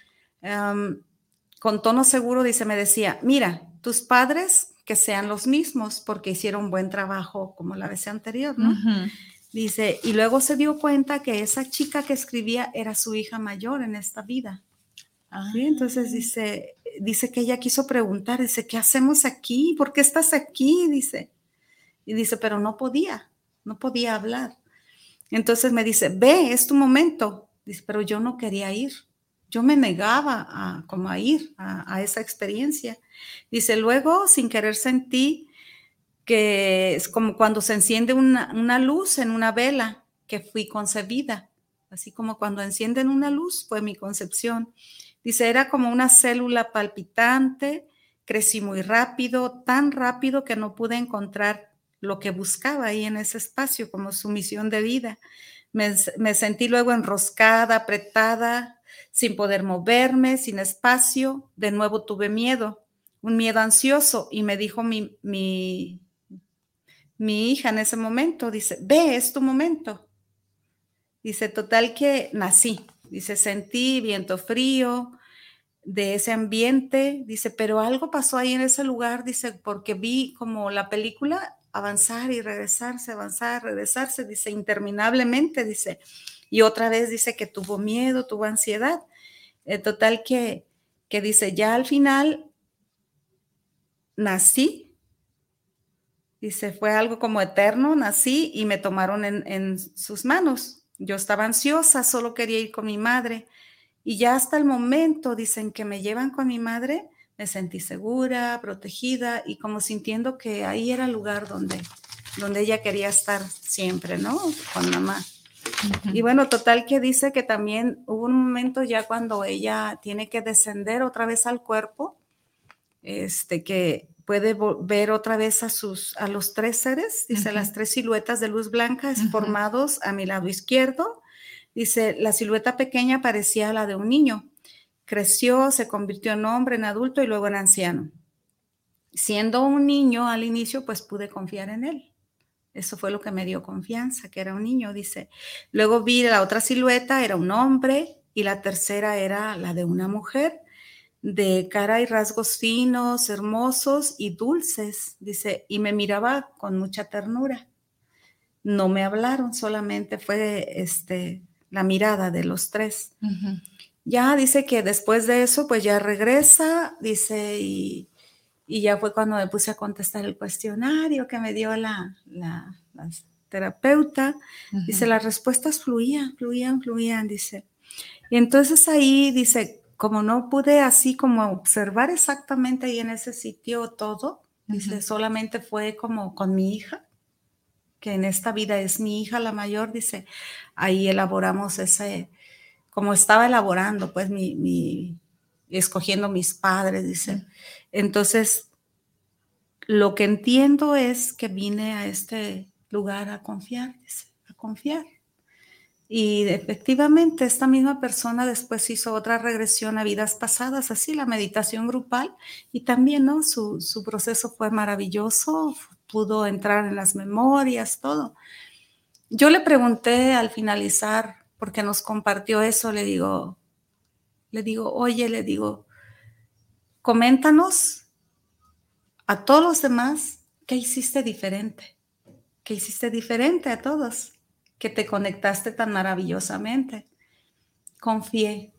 um, con tono seguro, dice, me decía, mira, tus padres que sean los mismos porque hicieron buen trabajo como la vez anterior, ¿no? Ujú. Dice, y luego se dio cuenta que esa chica que escribía era su hija mayor en esta vida. Ah. ¿Sí? Entonces dice, dice que ella quiso preguntar, dice, ¿qué hacemos aquí? ¿Por qué estás aquí? Dice, y dice, pero no podía, no podía hablar. Entonces me dice, ve, es tu momento. Dice, pero yo no quería ir. Yo me negaba a, como a ir a, a esa experiencia. Dice, luego, sin querer sentí que es como cuando se enciende una, una luz en una vela, que fui concebida. Así como cuando encienden una luz, fue mi concepción. Dice, era como una célula palpitante, crecí muy rápido, tan rápido que no pude encontrar lo que buscaba ahí en ese espacio, como su misión de vida. Me, me sentí luego enroscada, apretada, sin poder moverme, sin espacio. De nuevo tuve miedo, un miedo ansioso, y me dijo mi, mi, mi hija en ese momento, dice, ve, es tu momento. Dice, total que nací. Dice, sentí viento frío de ese ambiente. Dice, pero algo pasó ahí en ese lugar. Dice, porque vi como la película avanzar y regresarse, avanzar, regresarse. Dice, interminablemente. Dice, y otra vez dice que tuvo miedo, tuvo ansiedad. Eh, total que, que dice, ya al final nací. Dice, fue algo como eterno, nací y me tomaron en, en sus manos. Yo estaba ansiosa, solo quería ir con mi madre. Y ya hasta el momento, dicen, que me llevan con mi madre, me sentí segura, protegida y como sintiendo que ahí era el lugar donde, donde ella quería estar siempre, ¿no? Con mamá. Uh-huh. Y bueno, total que dice que también hubo un momento ya cuando ella tiene que descender otra vez al cuerpo, este, que puede ver otra vez a, sus, a los tres seres, dice, uh-huh. las tres siluetas de luz blanca uh-huh. formados a mi lado izquierdo. Dice, la silueta pequeña parecía la de un niño. Creció, se convirtió en hombre, en adulto y luego en anciano. Siendo un niño al inicio, pues pude confiar en él. Eso fue lo que me dio confianza, que era un niño, dice. Luego vi la otra silueta, era un hombre, y la tercera era la de una mujer. de cara y rasgos finos, hermosos y dulces, dice, y me miraba con mucha ternura. No me hablaron, solamente fue este, la mirada de los tres. Uh-huh. Ya dice que después de eso, pues ya regresa, dice, y, y ya fue cuando me puse a contestar el cuestionario que me dio la, la, la terapeuta. Uh-huh. Dice, las respuestas fluían, fluían, fluían, dice. Y entonces ahí, dice, como no pude así como observar exactamente ahí en ese sitio todo, uh-huh. dice, solamente fue como con mi hija, que en esta vida es mi hija la mayor, dice, ahí elaboramos ese, como estaba elaborando, pues, mi, mi escogiendo mis padres, dice. Uh-huh. Entonces, lo que entiendo es que vine a este lugar a confiar, dice, a confiar. Y efectivamente esta misma persona después hizo otra regresión a vidas pasadas, así la meditación grupal, y también, ¿no? Su, su proceso fue maravilloso, pudo entrar en las memorias, todo. Yo le pregunté al finalizar, porque nos compartió eso, le digo, le digo, oye, le digo, coméntanos a todos los demás qué hiciste diferente, qué hiciste diferente a todos, que te conectaste tan maravillosamente. Confié,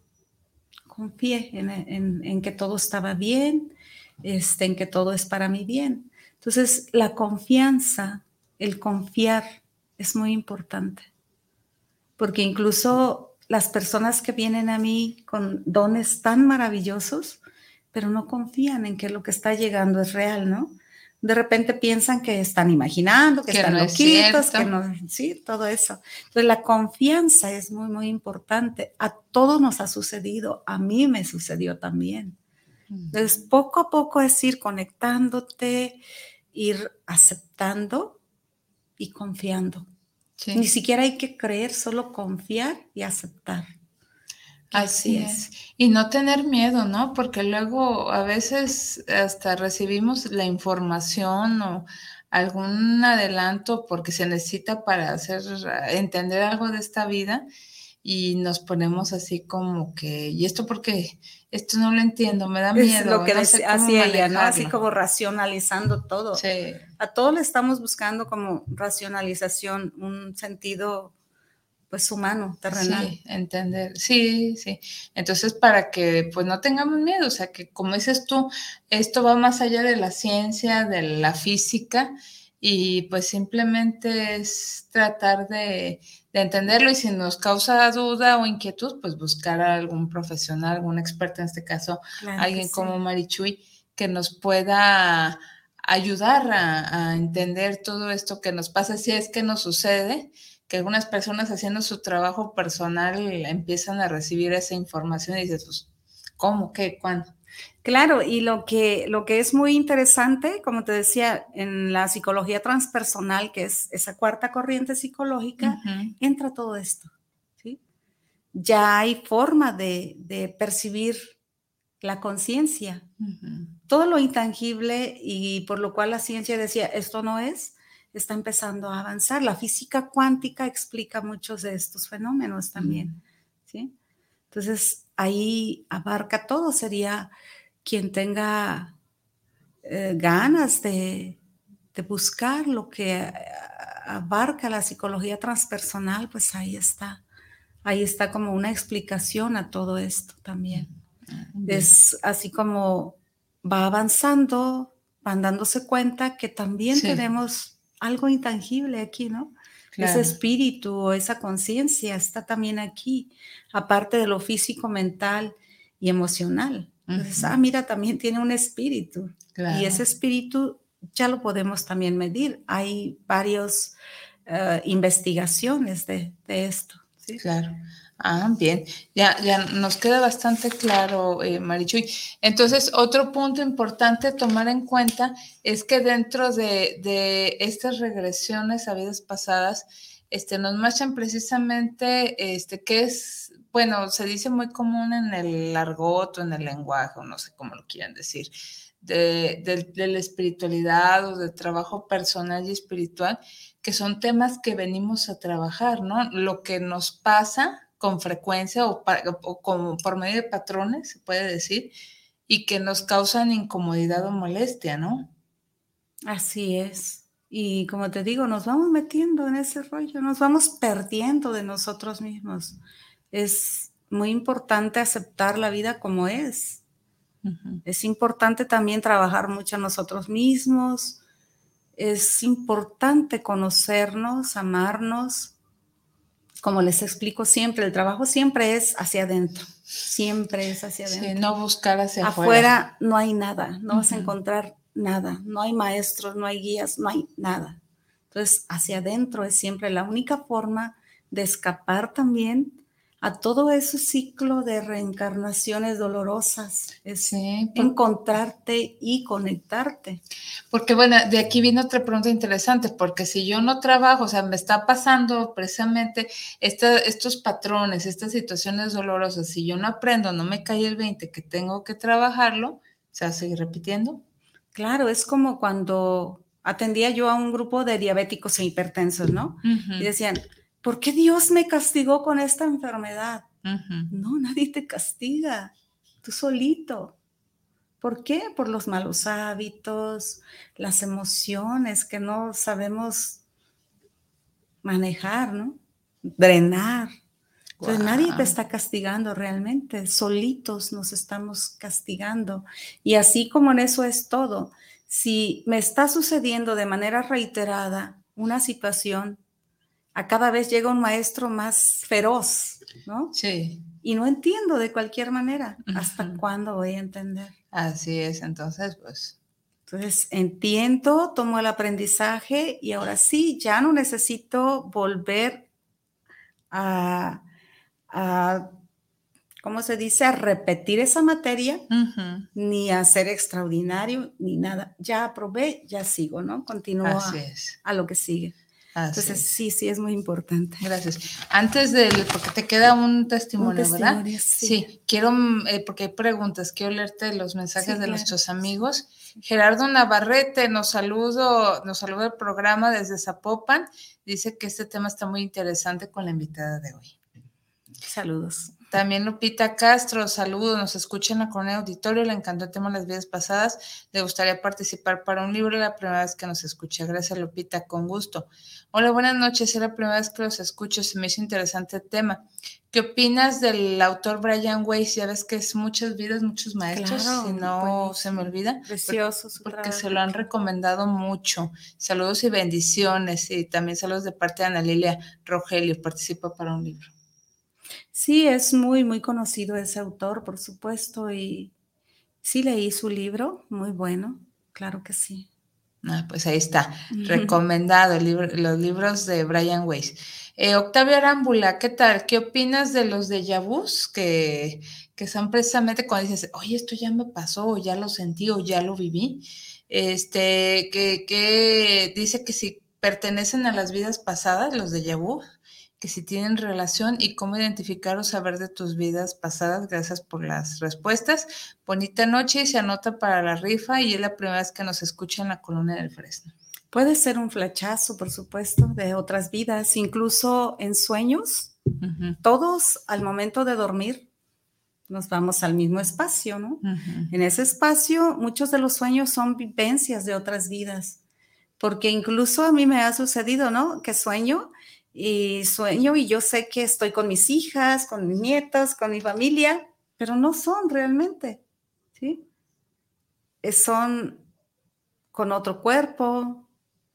confié en, en, en que todo estaba bien, este, en que todo es para mi bien. Entonces, la confianza, el confiar es muy importante, porque incluso las personas que vienen a mí con dones tan maravillosos, pero no confían en que lo que está llegando es real, ¿no? De repente piensan que están imaginando, que, que están no loquitos, que no, sí, todo eso. Entonces la confianza es muy, muy importante. A todos nos ha sucedido, a mí me sucedió también. Entonces poco a poco es ir conectándote, ir aceptando y confiando. Sí. Ni siquiera hay que creer, solo confiar y aceptar. Así es. Y no tener miedo, ¿no? Porque luego a veces hasta recibimos la información o algún adelanto porque se necesita para hacer, entender algo de esta vida y nos ponemos así como que, ¿y esto por qué? Esto no lo entiendo, me da miedo. Es lo que no decía, sé cómo hacía ella, ¿no? Así como racionalizando todo. Sí. A todos le estamos buscando como racionalización, un sentido pues humano, terrenal. Sí, entender, sí, sí. Entonces, para que pues no tengamos miedo, o sea, que como dices tú, esto va más allá de la ciencia, de la física, y pues simplemente es tratar de, de entenderlo, y si nos causa duda o inquietud, pues buscar a algún profesional, algún experto, en este caso, claro, alguien como sí. Marichuy, que nos pueda ayudar a, a entender todo esto que nos pasa, si es que nos sucede, que algunas personas haciendo su trabajo personal empiezan a recibir esa información y dices, pues, ¿cómo? ¿Qué? ¿Cuándo? Claro, y lo que, lo que es muy interesante, como te decía, en la psicología transpersonal, que es esa cuarta corriente psicológica, uh-huh. entra todo esto, ¿sí? Ya hay forma de, de percibir la conciencia, uh-huh. todo lo intangible, y por lo cual la ciencia decía, esto no es, está empezando a avanzar. La física cuántica explica muchos de estos fenómenos también, mm. ¿sí? Entonces, ahí abarca todo. Sería quien tenga eh, ganas de, de buscar lo que abarca la psicología transpersonal, pues ahí está. Ahí está como una explicación a todo esto también. Mm. Es así como va avanzando, van dándose cuenta que también sí. tenemos algo intangible aquí, ¿no? Claro. Ese espíritu o esa conciencia está también aquí, aparte de lo físico, mental y emocional. Entonces, uh-huh. ah, mira, también tiene un espíritu. Claro. Y ese espíritu ya lo podemos también medir. Hay varias uh, investigaciones de, de esto, ¿sí? Claro. Ah, bien, ya, ya nos queda bastante claro, eh, Marichuy. Entonces, otro punto importante a tomar en cuenta es que dentro de, de estas regresiones a vidas pasadas, este, nos muestran precisamente este, que es, bueno, se dice muy común en el argot o en el lenguaje, o no sé cómo lo quieran decir, de, de, de la espiritualidad o del trabajo personal y espiritual, que son temas que venimos a trabajar, ¿no? Lo que nos pasa con frecuencia o, pa, o como por medio de patrones, se puede decir, y que nos causan incomodidad o molestia, ¿no? Así es. Y como te digo, nos vamos metiendo en ese rollo, nos vamos perdiendo de nosotros mismos. Es muy importante aceptar la vida como es. Uh-huh. Es importante también trabajar mucho en nosotros mismos. Es importante conocernos, amarnos. Como les explico siempre, el trabajo siempre es hacia adentro. Siempre es hacia adentro. Sí, no buscar hacia afuera. Afuera no hay nada, no uh-huh. vas a encontrar nada. No hay maestros, no hay guías, no hay nada. Entonces, hacia adentro es siempre la única forma de escapar también a todo ese ciclo de reencarnaciones dolorosas, es sí, por... encontrarte y conectarte. Porque bueno, de aquí viene otra pregunta interesante, porque si yo no trabajo, o sea, me está pasando precisamente esta, estos patrones, estas situaciones dolorosas, si yo no aprendo, no me cae el veinte que tengo que trabajarlo, ¿se va a seguir repitiendo? Claro, es como cuando atendía yo a un grupo de diabéticos e hipertensos, ¿no? Uh-huh. Y decían, ¿por qué Dios me castigó con esta enfermedad? Uh-huh. No, nadie te castiga, tú solito. ¿Por qué? Por los malos hábitos, las emociones que no sabemos manejar, ¿no? Drenar. Entonces wow. Nadie te está castigando realmente, solitos nos estamos castigando. Y así como en eso es todo, si me está sucediendo de manera reiterada una situación, a cada vez llega un maestro más feroz, ¿no? Sí. Y no entiendo de cualquier manera. ¿Hasta uh-huh. cuándo voy a entender? Así es, entonces, pues. Entonces, entiendo, tomo el aprendizaje y ahora sí, ya no necesito volver a, a ¿cómo se dice? A repetir esa materia, uh-huh. ni a ser extraordinario, ni nada. Ya aprobé, ya sigo, ¿no? Continúo a, a lo que sigue. Así Entonces, es. sí, sí, es muy importante. Gracias. Antes de, porque te queda un testimonio, un testimonio ¿verdad? Sí. sí. Quiero, eh, porque hay preguntas, quiero leerte los mensajes sí, de claro. nuestros amigos. Sí. Gerardo Navarrete nos saludo, nos saluda el programa desde Zapopan. Dice que este tema está muy interesante con la invitada de hoy. Saludos. También Lupita Castro, saludos, nos escucha en la Colonia Auditorio, le encantó el tema de las vidas pasadas, le gustaría participar para un libro, la primera vez que nos escucha. Gracias, Lupita, con gusto. Hola, buenas noches, es la primera vez que los escucho, se me hizo interesante el tema. ¿Qué opinas del autor Brian Weiss? Ya ves que es muchas vidas, muchos maestros, claro, si no buenísimo. Se me olvida. Precioso su Porque trabajo. Se lo han recomendado mucho. Saludos y bendiciones, y también saludos de parte de Ana Lilia Rogelio, participa para un libro. Sí, es muy, muy conocido ese autor, por supuesto, y sí leí su libro, muy bueno, claro que sí. Ah, pues ahí está, uh-huh. recomendado el libro, los libros de Brian Weiss. Eh, Octavio Arámbula, ¿qué tal? ¿Qué opinas de los déjà vus que, que son precisamente cuando dices, oye, esto ya me pasó, o ya lo sentí, o ya lo viví? Este, que, que dice que si pertenecen a las vidas pasadas, los déjà vus, que si tienen relación y cómo identificar o saber de tus vidas pasadas. Gracias por las respuestas. Bonita noche y se anota para la rifa y es la primera vez que nos escucha en la Colonia del Fresno. Puede ser un flechazo, por supuesto, de otras vidas, incluso en sueños. Uh-huh. Todos al momento de dormir nos vamos al mismo espacio, ¿no? Uh-huh. En ese espacio muchos de los sueños son vivencias de otras vidas, porque incluso a mí me ha sucedido, ¿no? Que sueño y sueño y yo sé que estoy con mis hijas, con mis nietas, con mi familia, pero no son realmente, ¿sí? Son con otro cuerpo,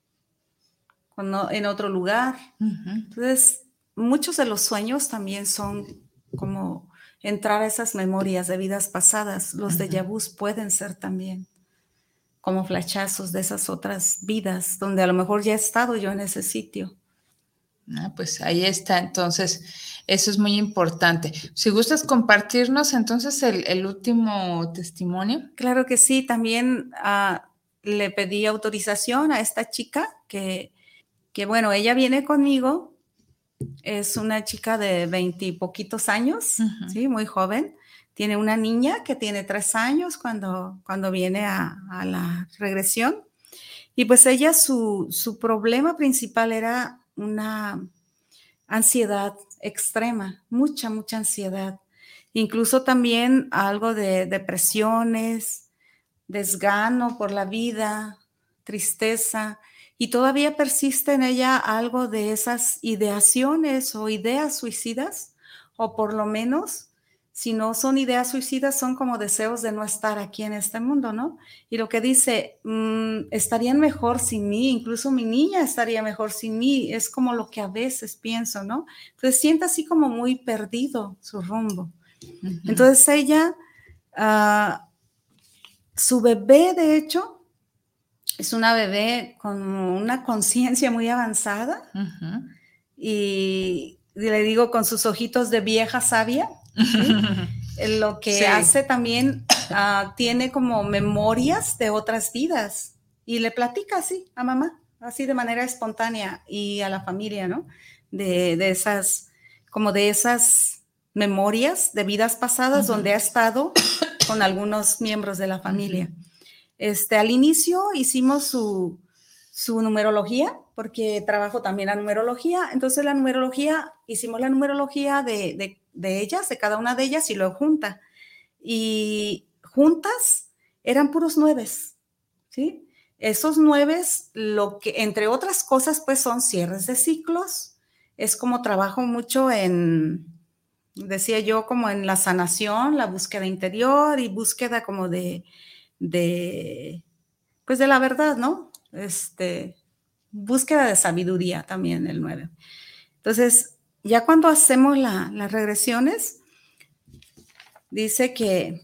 con, en otro lugar. Uh-huh. Entonces, muchos de los sueños también son como entrar a esas memorias de vidas pasadas. Los uh-huh. déjà vus pueden ser también como flashazos de esas otras vidas, donde a lo mejor ya he estado yo en ese sitio. Ah, pues ahí está, entonces, eso es muy importante. Si gustas compartirnos entonces el, el último testimonio. Claro que sí, también uh, le pedí autorización a esta chica que, que, bueno, ella viene conmigo, es una chica de veintipoquitos años, uh-huh. sí, muy joven, tiene una niña que tiene tres años cuando, cuando viene a, a la regresión, y pues ella, su, su problema principal era una ansiedad extrema, mucha, mucha ansiedad. incluso también algo de depresiones, desgano por la vida, tristeza, y todavía persiste en ella algo de esas ideaciones o ideas suicidas, o por lo menos, si no son ideas suicidas, son como deseos de no estar aquí en este mundo, ¿no? Y lo que dice, mmm, estarían mejor sin mí, incluso mi niña estaría mejor sin mí, es como lo que a veces pienso, ¿no? Entonces siente así como muy perdido su rumbo. Uh-huh. Entonces ella, uh, su bebé, de hecho, es una bebé con una conciencia muy avanzada, uh-huh. y le digo con sus ojitos de vieja sabia, ¿sí? Lo que sí. hace también, uh, tiene como memorias de otras vidas y le platica así a mamá, así de manera espontánea, y a la familia, ¿no? De, de esas, como de esas memorias de vidas pasadas, uh-huh. donde ha estado con algunos miembros de la familia. Uh-huh. Este, al inicio hicimos su, su numerología, porque trabajo también la numerología. Entonces la numerología, hicimos la numerología de, de, de ellas, de cada una de ellas, y luego junta. Y juntas eran puros nueves, ¿sí? Esos nueves, lo que, entre otras cosas, pues son cierres de ciclos. Es como trabajo mucho en, decía yo, como en la sanación, la búsqueda interior y búsqueda como de, de pues de la verdad, ¿no? Este... búsqueda de sabiduría también el nueve. Entonces, ya cuando hacemos la, las regresiones, dice que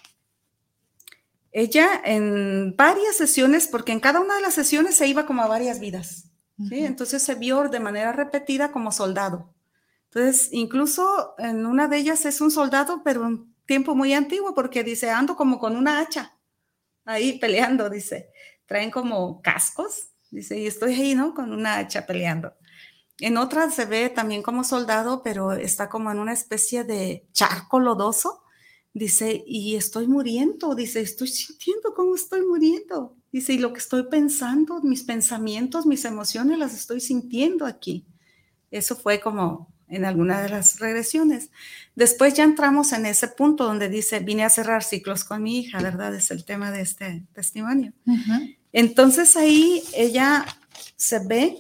ella en varias sesiones, porque en cada una de las sesiones se iba como a varias vidas, ¿sí? Uh-huh. Entonces se vio de manera repetida como soldado. Entonces, incluso en una de ellas es un soldado, pero un tiempo muy antiguo, porque dice, ando como con una hacha, ahí peleando, dice. Traen como cascos. Dice, y estoy ahí, ¿no? Con una hacha peleando. En otras se ve también como soldado, pero está como en una especie de charco lodoso. Dice, y estoy muriendo. Dice, estoy sintiendo cómo estoy muriendo. Dice, y lo que estoy pensando, mis pensamientos, mis emociones, las estoy sintiendo aquí. Eso fue como en alguna de las regresiones. Después ya entramos en ese punto donde dice, vine a cerrar ciclos con mi hija, ¿verdad? Es el tema de este testimonio. Uh-huh. Entonces ahí ella se ve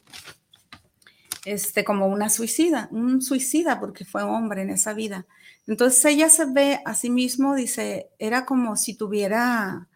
este, como una suicida, un suicida porque fue hombre en esa vida. Entonces ella se ve a sí mismo, dice, era como si tuviera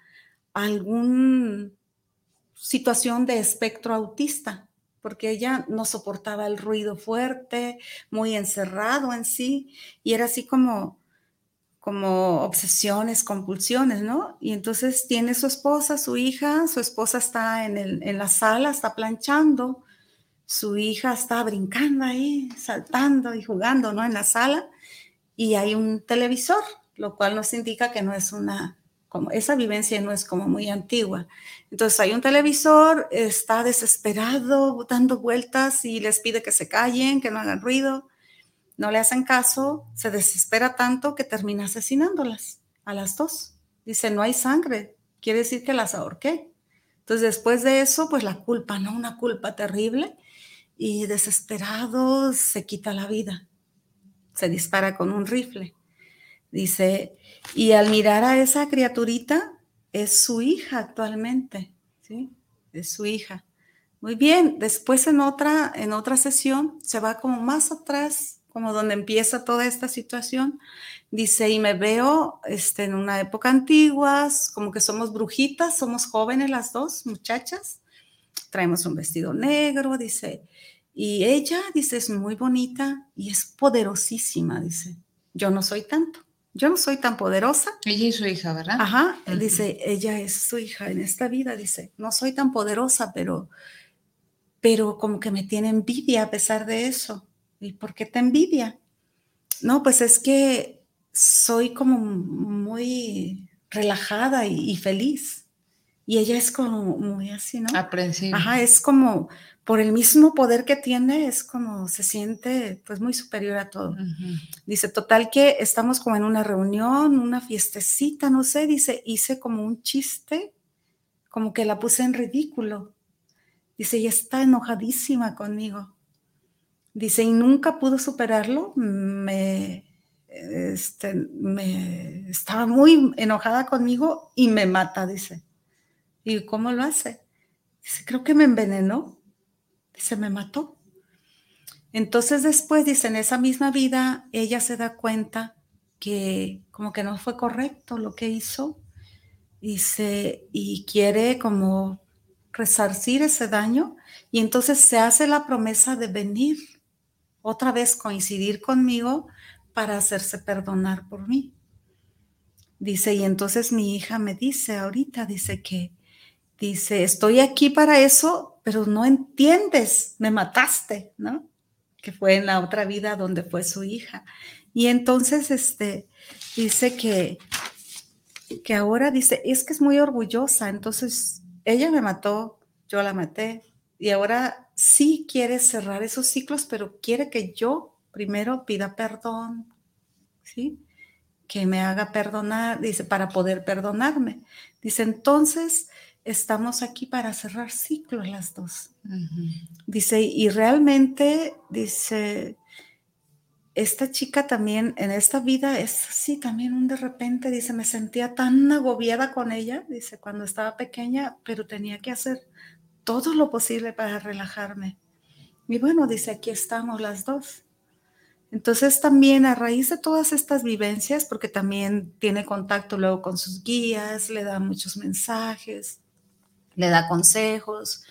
alguna situación de espectro autista, porque ella no soportaba el ruido fuerte, muy encerrado en sí, y era así como... como obsesiones, compulsiones, ¿no? Y entonces tiene su esposa, su hija, su esposa está en, el, en la sala, está planchando, su hija está brincando ahí, saltando y jugando, ¿no? En la sala, y hay un televisor, lo cual nos indica que no es una, como esa vivencia no es como muy antigua. Entonces hay un televisor, está desesperado, dando vueltas y les pide que se callen, que no hagan ruido. No le hacen caso, se desespera tanto que termina asesinándolas a las dos. Dice, no hay sangre, quiere decir que las ahorqué. Entonces, después de eso, pues la culpa, ¿no? Una culpa terrible, y desesperado se quita la vida. Se dispara con un rifle. Dice, y al mirar a esa criaturita, es su hija actualmente, ¿sí? Es su hija. Muy bien, después en otra, en otra sesión se va como más atrás, como donde empieza toda esta situación. Dice, y me veo este, en una época antigua, como que somos brujitas, somos jóvenes las dos, muchachas, traemos un vestido negro, dice, y ella, dice, es muy bonita y es poderosísima, dice, yo no soy tanto, yo no soy tan poderosa. Ella y su hija, ¿verdad? Ajá, uh-huh. Dice, ella es su hija en esta vida, dice, no soy tan poderosa, pero, pero como que me tiene envidia a pesar de eso. ¿Y por qué te envidia? No, pues es que soy como muy relajada y, y feliz. Y ella es como muy así, ¿no? Aprensiva. Ajá, es como por el mismo poder que tiene, es como se siente pues muy superior a todo. Uh-huh. Dice, total que estamos como en una reunión, una fiestecita, no sé, dice, hice como un chiste, como que la puse en ridículo. Dice, y está enojadísima conmigo. Dice, y nunca pudo superarlo, me, este, me estaba muy enojada conmigo y me mata, dice. ¿Y cómo lo hace? Dice, creo que me envenenó. Dice, me mató. Entonces después, dice, en esa misma vida, ella se da cuenta que como que no fue correcto lo que hizo. Dice, y quiere como resarcir ese daño. Y entonces se hace la promesa de venir otra vez, coincidir conmigo para hacerse perdonar por mí. Dice, y entonces mi hija me dice ahorita, dice que, dice, estoy aquí para eso, pero no entiendes, me mataste, ¿no? Que fue en la otra vida donde fue su hija. Y entonces, este, dice que, que ahora dice, es que es muy orgullosa, entonces ella me mató, yo la maté, y ahora sí quiere cerrar esos ciclos, pero quiere que yo primero pida perdón, ¿sí? Que me haga perdonar, dice, para poder perdonarme. Dice, entonces estamos aquí para cerrar ciclos las dos. Uh-huh. Dice, y realmente, dice, esta chica también en esta vida es así, también un de repente, dice, me sentía tan agobiada con ella, dice, cuando estaba pequeña, pero tenía que hacer todo lo posible para relajarme. Y bueno, dice, aquí estamos las dos. Entonces también a raíz de todas estas vivencias, porque también tiene contacto luego con sus guías, le da muchos mensajes, le da consejos,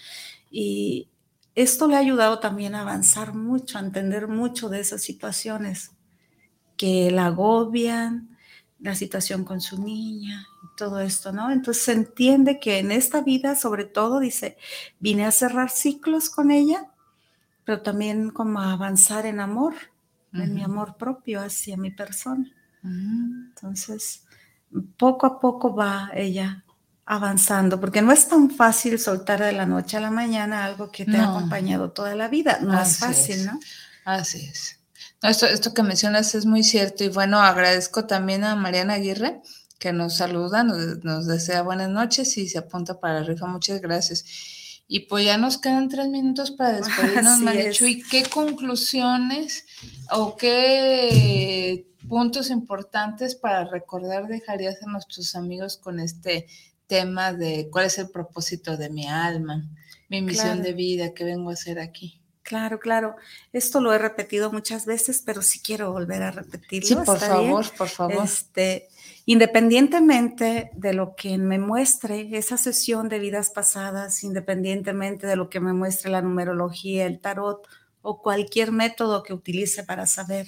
y esto le ha ayudado también a avanzar mucho, a entender mucho de esas situaciones que la agobian, la situación con su niña y todo esto, ¿no? Entonces se entiende que en esta vida, sobre todo, dice, vine a cerrar ciclos con ella, pero también como a avanzar en amor, uh-huh. en mi amor propio hacia mi persona. Uh-huh. Entonces, poco a poco va ella avanzando, porque no es tan fácil soltar de la noche a la mañana algo que te no. ha acompañado toda la vida. No Así es fácil, es. ¿no? Así es. No, esto, esto que mencionas es muy cierto, y bueno, agradezco también a Mariana Aguirre, que nos saluda, nos, nos desea buenas noches y se apunta para la rifa. Muchas gracias. Y pues ya nos quedan tres minutos para despedirnos, Marichu. ¿Y qué conclusiones o qué puntos importantes para recordar dejarías a nuestros amigos con este tema de cuál es el propósito de mi alma, mi misión claro. de vida, qué vengo a hacer aquí? Claro, claro. Esto lo he repetido muchas veces, pero sí quiero volver a repetirlo. Sí, por ¿Está favor, bien? por favor. Este, independientemente de lo que me muestre esa sesión de vidas pasadas, independientemente de lo que me muestre la numerología, el tarot o cualquier método que utilice para saber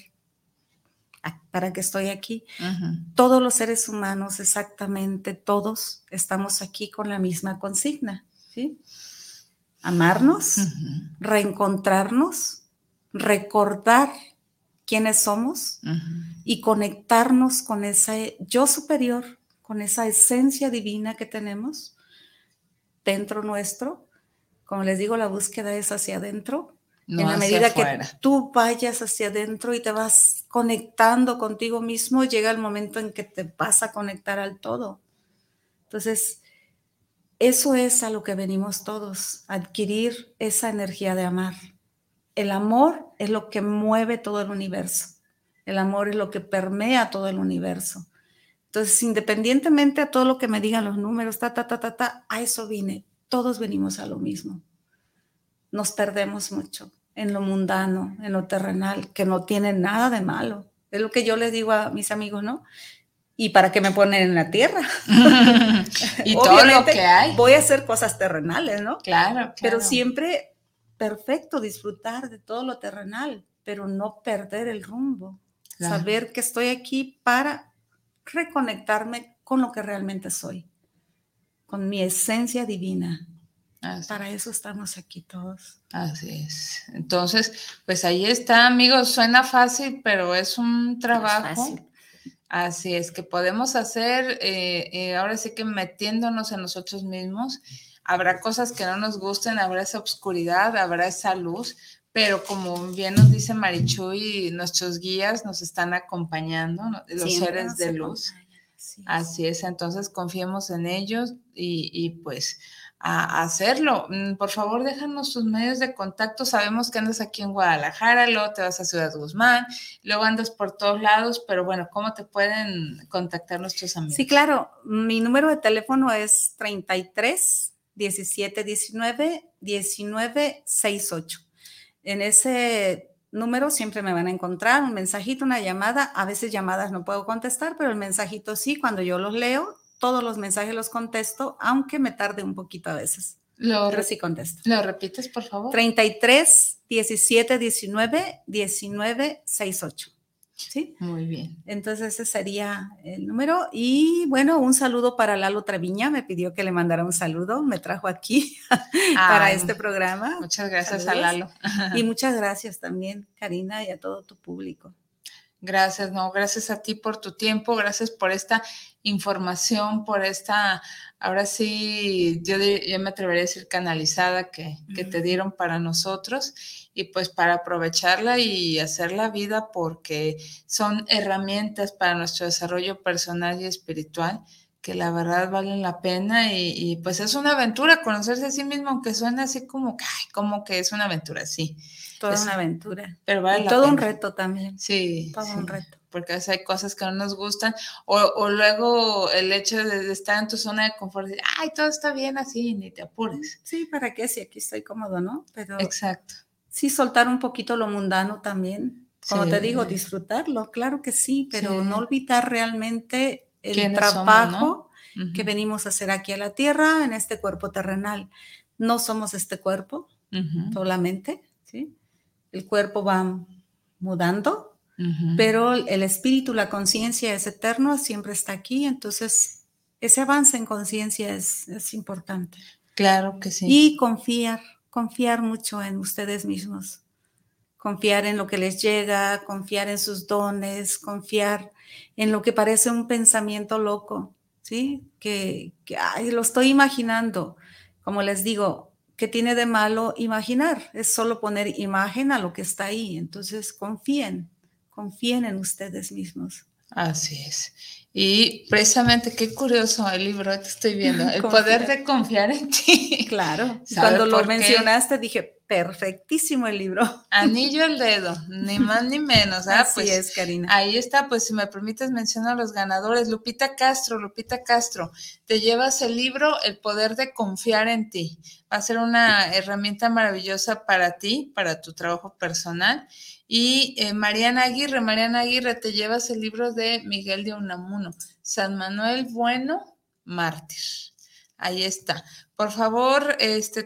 para qué estoy aquí, uh-huh. todos los seres humanos, exactamente todos, estamos aquí con la misma consigna, ¿sí? Amarnos, uh-huh. reencontrarnos, recordar quiénes somos uh-huh. y conectarnos con ese yo superior, con esa esencia divina que tenemos dentro nuestro. Como les digo, la búsqueda es hacia adentro. No en la medida afuera. Que tú vayas hacia adentro y te vas conectando contigo mismo, llega el momento en que te vas a conectar al todo. Entonces, eso es a lo que venimos todos, adquirir esa energía de amar. El amor es lo que mueve todo el universo. El amor es lo que permea todo el universo. Entonces, independientemente a todo lo que me digan los números, ta, ta, ta, ta, ta, a eso vine. Todos venimos a lo mismo. Nos perdemos mucho en lo mundano, en lo terrenal, que no tiene nada de malo. Es lo que yo les digo a mis amigos, ¿no? ¿Y para qué me ponen en la tierra? Y todo lo que hay. Voy a hacer cosas terrenales, ¿no? Claro, claro. Pero siempre perfecto disfrutar de todo lo terrenal, pero no perder el rumbo. Claro. Saber que estoy aquí para reconectarme con lo que realmente soy, con mi esencia divina. Así Para eso estamos aquí todos. Así es. Entonces, pues ahí está, amigos. Suena fácil, pero es un trabajo. Es fácil. Así es, que podemos hacer, eh, eh, ahora sí que metiéndonos en nosotros mismos. Habrá cosas que no nos gusten, habrá esa oscuridad, habrá esa luz, pero como bien nos dice Marichuy, nuestros guías nos están acompañando, los Siempre seres de luz. Así es, Así es. Entonces confiemos en ellos y, y pues a hacerlo. Por favor, déjanos tus medios de contacto. Sabemos que andas aquí en Guadalajara, luego te vas a Ciudad Guzmán, luego andas por todos lados, pero bueno, ¿cómo te pueden contactar nuestros amigos? Sí, claro. Mi número de teléfono es treinta y tres, diecisiete, diecinueve, diecinueve, sesenta y ocho. En ese número siempre me van a encontrar un mensajito, una llamada. A veces llamadas no puedo contestar, pero el mensajito sí, cuando yo los leo, todos los mensajes los contesto, aunque me tarde un poquito a veces. Lo pero sí contesto. ¿Lo repites, por favor? treinta y tres, diecisiete, diecinueve, diecinueve, sesenta y ocho. ¿Sí? Muy bien. Entonces ese sería el número. Y bueno, un saludo para Lalo Treviña. Me pidió que le mandara un saludo. Me trajo aquí para Ay, este programa. Muchas gracias Saludos. a Lalo. Y muchas gracias también, Karina, y a todo tu público. Gracias, no, gracias a ti por tu tiempo, gracias por esta información, por esta, ahora sí, yo, yo me atrevería a decir canalizada que, que te dieron para nosotros y pues para aprovecharla y hacer la vida porque son herramientas para nuestro desarrollo personal y espiritual que la verdad valen la pena y, y pues es una aventura conocerse a sí mismo, aunque suene así como que, ay, como que es una aventura, sí. Toda es una aventura. Pero vale y la todo pena. un reto también. Sí. Todo sí. un reto. Porque a veces hay cosas que no nos gustan, o, o luego el hecho de, de estar en tu zona de confort, de, ay, todo está bien así, ni te apures. Sí, ¿para qué? Si aquí estoy cómodo, ¿no? Pero exacto. Sí, soltar un poquito lo mundano también, como sí. te digo, disfrutarlo, claro que sí, pero sí. no olvidar realmente el trabajo somos, ¿no? uh-huh. que venimos a hacer aquí a la tierra, en este cuerpo terrenal. No somos este cuerpo uh-huh. solamente, ¿sí? El cuerpo va mudando, uh-huh. pero el espíritu, la conciencia es eterno, siempre está aquí, entonces ese avance en conciencia es, es importante. Claro que sí. Y confiar, confiar mucho en ustedes mismos, confiar en lo que les llega, confiar en sus dones, confiar en lo que parece un pensamiento loco, ¿sí? Que, que ay, lo estoy imaginando, como les digo, ¿qué tiene de malo imaginar? Es solo poner imagen a lo que está ahí. Entonces, confíen, confíen en ustedes mismos. Así es. Y precisamente, qué curioso el libro, te estoy viendo, el poder de confiar en ti. Claro, cuando lo mencionaste dije, perfectísimo el libro. Anillo al dedo, ni más ni menos. ¿Ah? Así pues, es, Karina. Ahí está, pues si me permites mencionar a los ganadores. Lupita Castro, Lupita Castro, te llevas el libro El poder de confiar en ti. Va a ser una herramienta maravillosa para ti, para tu trabajo personal. Y eh, Mariana Aguirre, Mariana Aguirre, te llevas el libro de Miguel de Unamuno, San Manuel Bueno, Mártir. Ahí está. Por favor, este,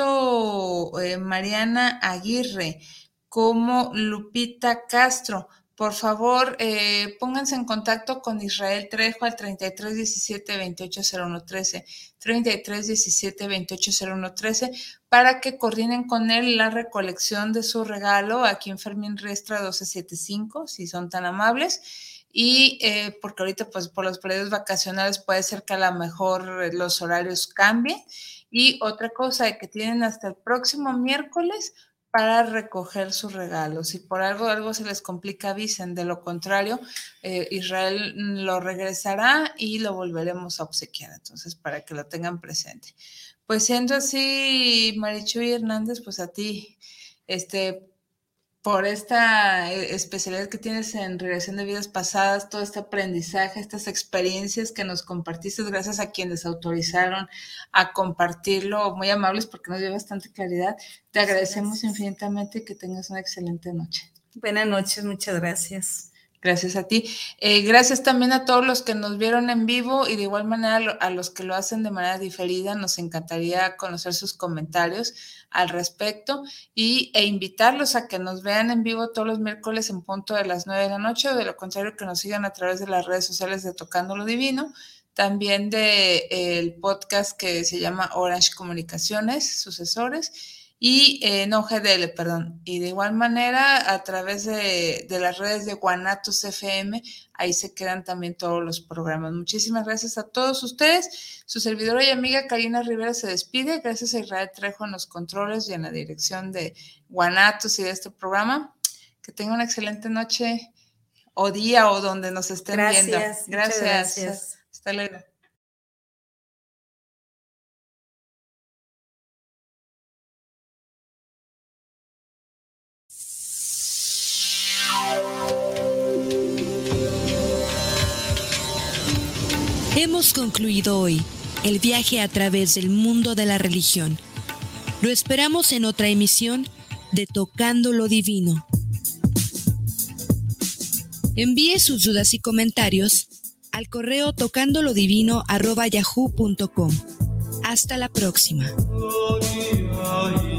tanto eh, Mariana Aguirre como Lupita Castro, por favor, eh, pónganse en contacto con Israel Trejo al treinta y tres diecisiete veintiocho cero uno trece, treinta y tres diecisiete veintiocho cero uno trece, para que coordinen con él la recolección de su regalo aquí en Fermín Riestra doce setenta y cinco, si son tan amables. Y eh, porque ahorita pues por los periodos vacacionales puede ser que a lo mejor los horarios cambien. Y otra cosa, que tienen hasta el próximo miércoles para recoger su regalo. Si por algo, algo se les complica, avisen. De lo contrario, eh, Israel lo regresará y lo volveremos a obsequiar. Entonces, para que lo tengan presente. Pues siendo así, Marichuy Hernández, pues a ti, este... por esta especialidad que tienes en regresión de vidas pasadas, todo este aprendizaje, estas experiencias que nos compartiste, gracias a quienes autorizaron a compartirlo, muy amables porque nos dio bastante claridad. Te agradecemos gracias. infinitamente y que tengas una excelente noche. Buenas noches, muchas gracias. Gracias a ti. Eh, gracias también a todos los que nos vieron en vivo y de igual manera a los que lo hacen de manera diferida. Nos encantaría conocer sus comentarios al respecto y, e invitarlos a que nos vean en vivo todos los miércoles en punto de las nueve de la noche, o de lo contrario que nos sigan a través de las redes sociales de Tocando lo Divino, también de eh, el podcast que se llama Orange Comunicaciones, Sucesores, y eh, no, G D L, perdón, y de igual manera a través de, de las redes de Guanatos F M, ahí se quedan también todos los programas. Muchísimas gracias a todos ustedes. Su servidora y amiga Karina Rivera se despide. Gracias a Israel Trejo en los controles y en la dirección de Guanatos y de este programa. Que tengan una excelente noche o día o donde nos estén gracias, viendo. Gracias. Gracias. Hasta luego. Hemos concluido hoy el viaje a través del mundo de la religión. Lo esperamos en otra emisión de Tocando lo Divino. Envíe sus dudas y comentarios al correo tocandolodivino arroba yahoo punto com. Hasta la próxima.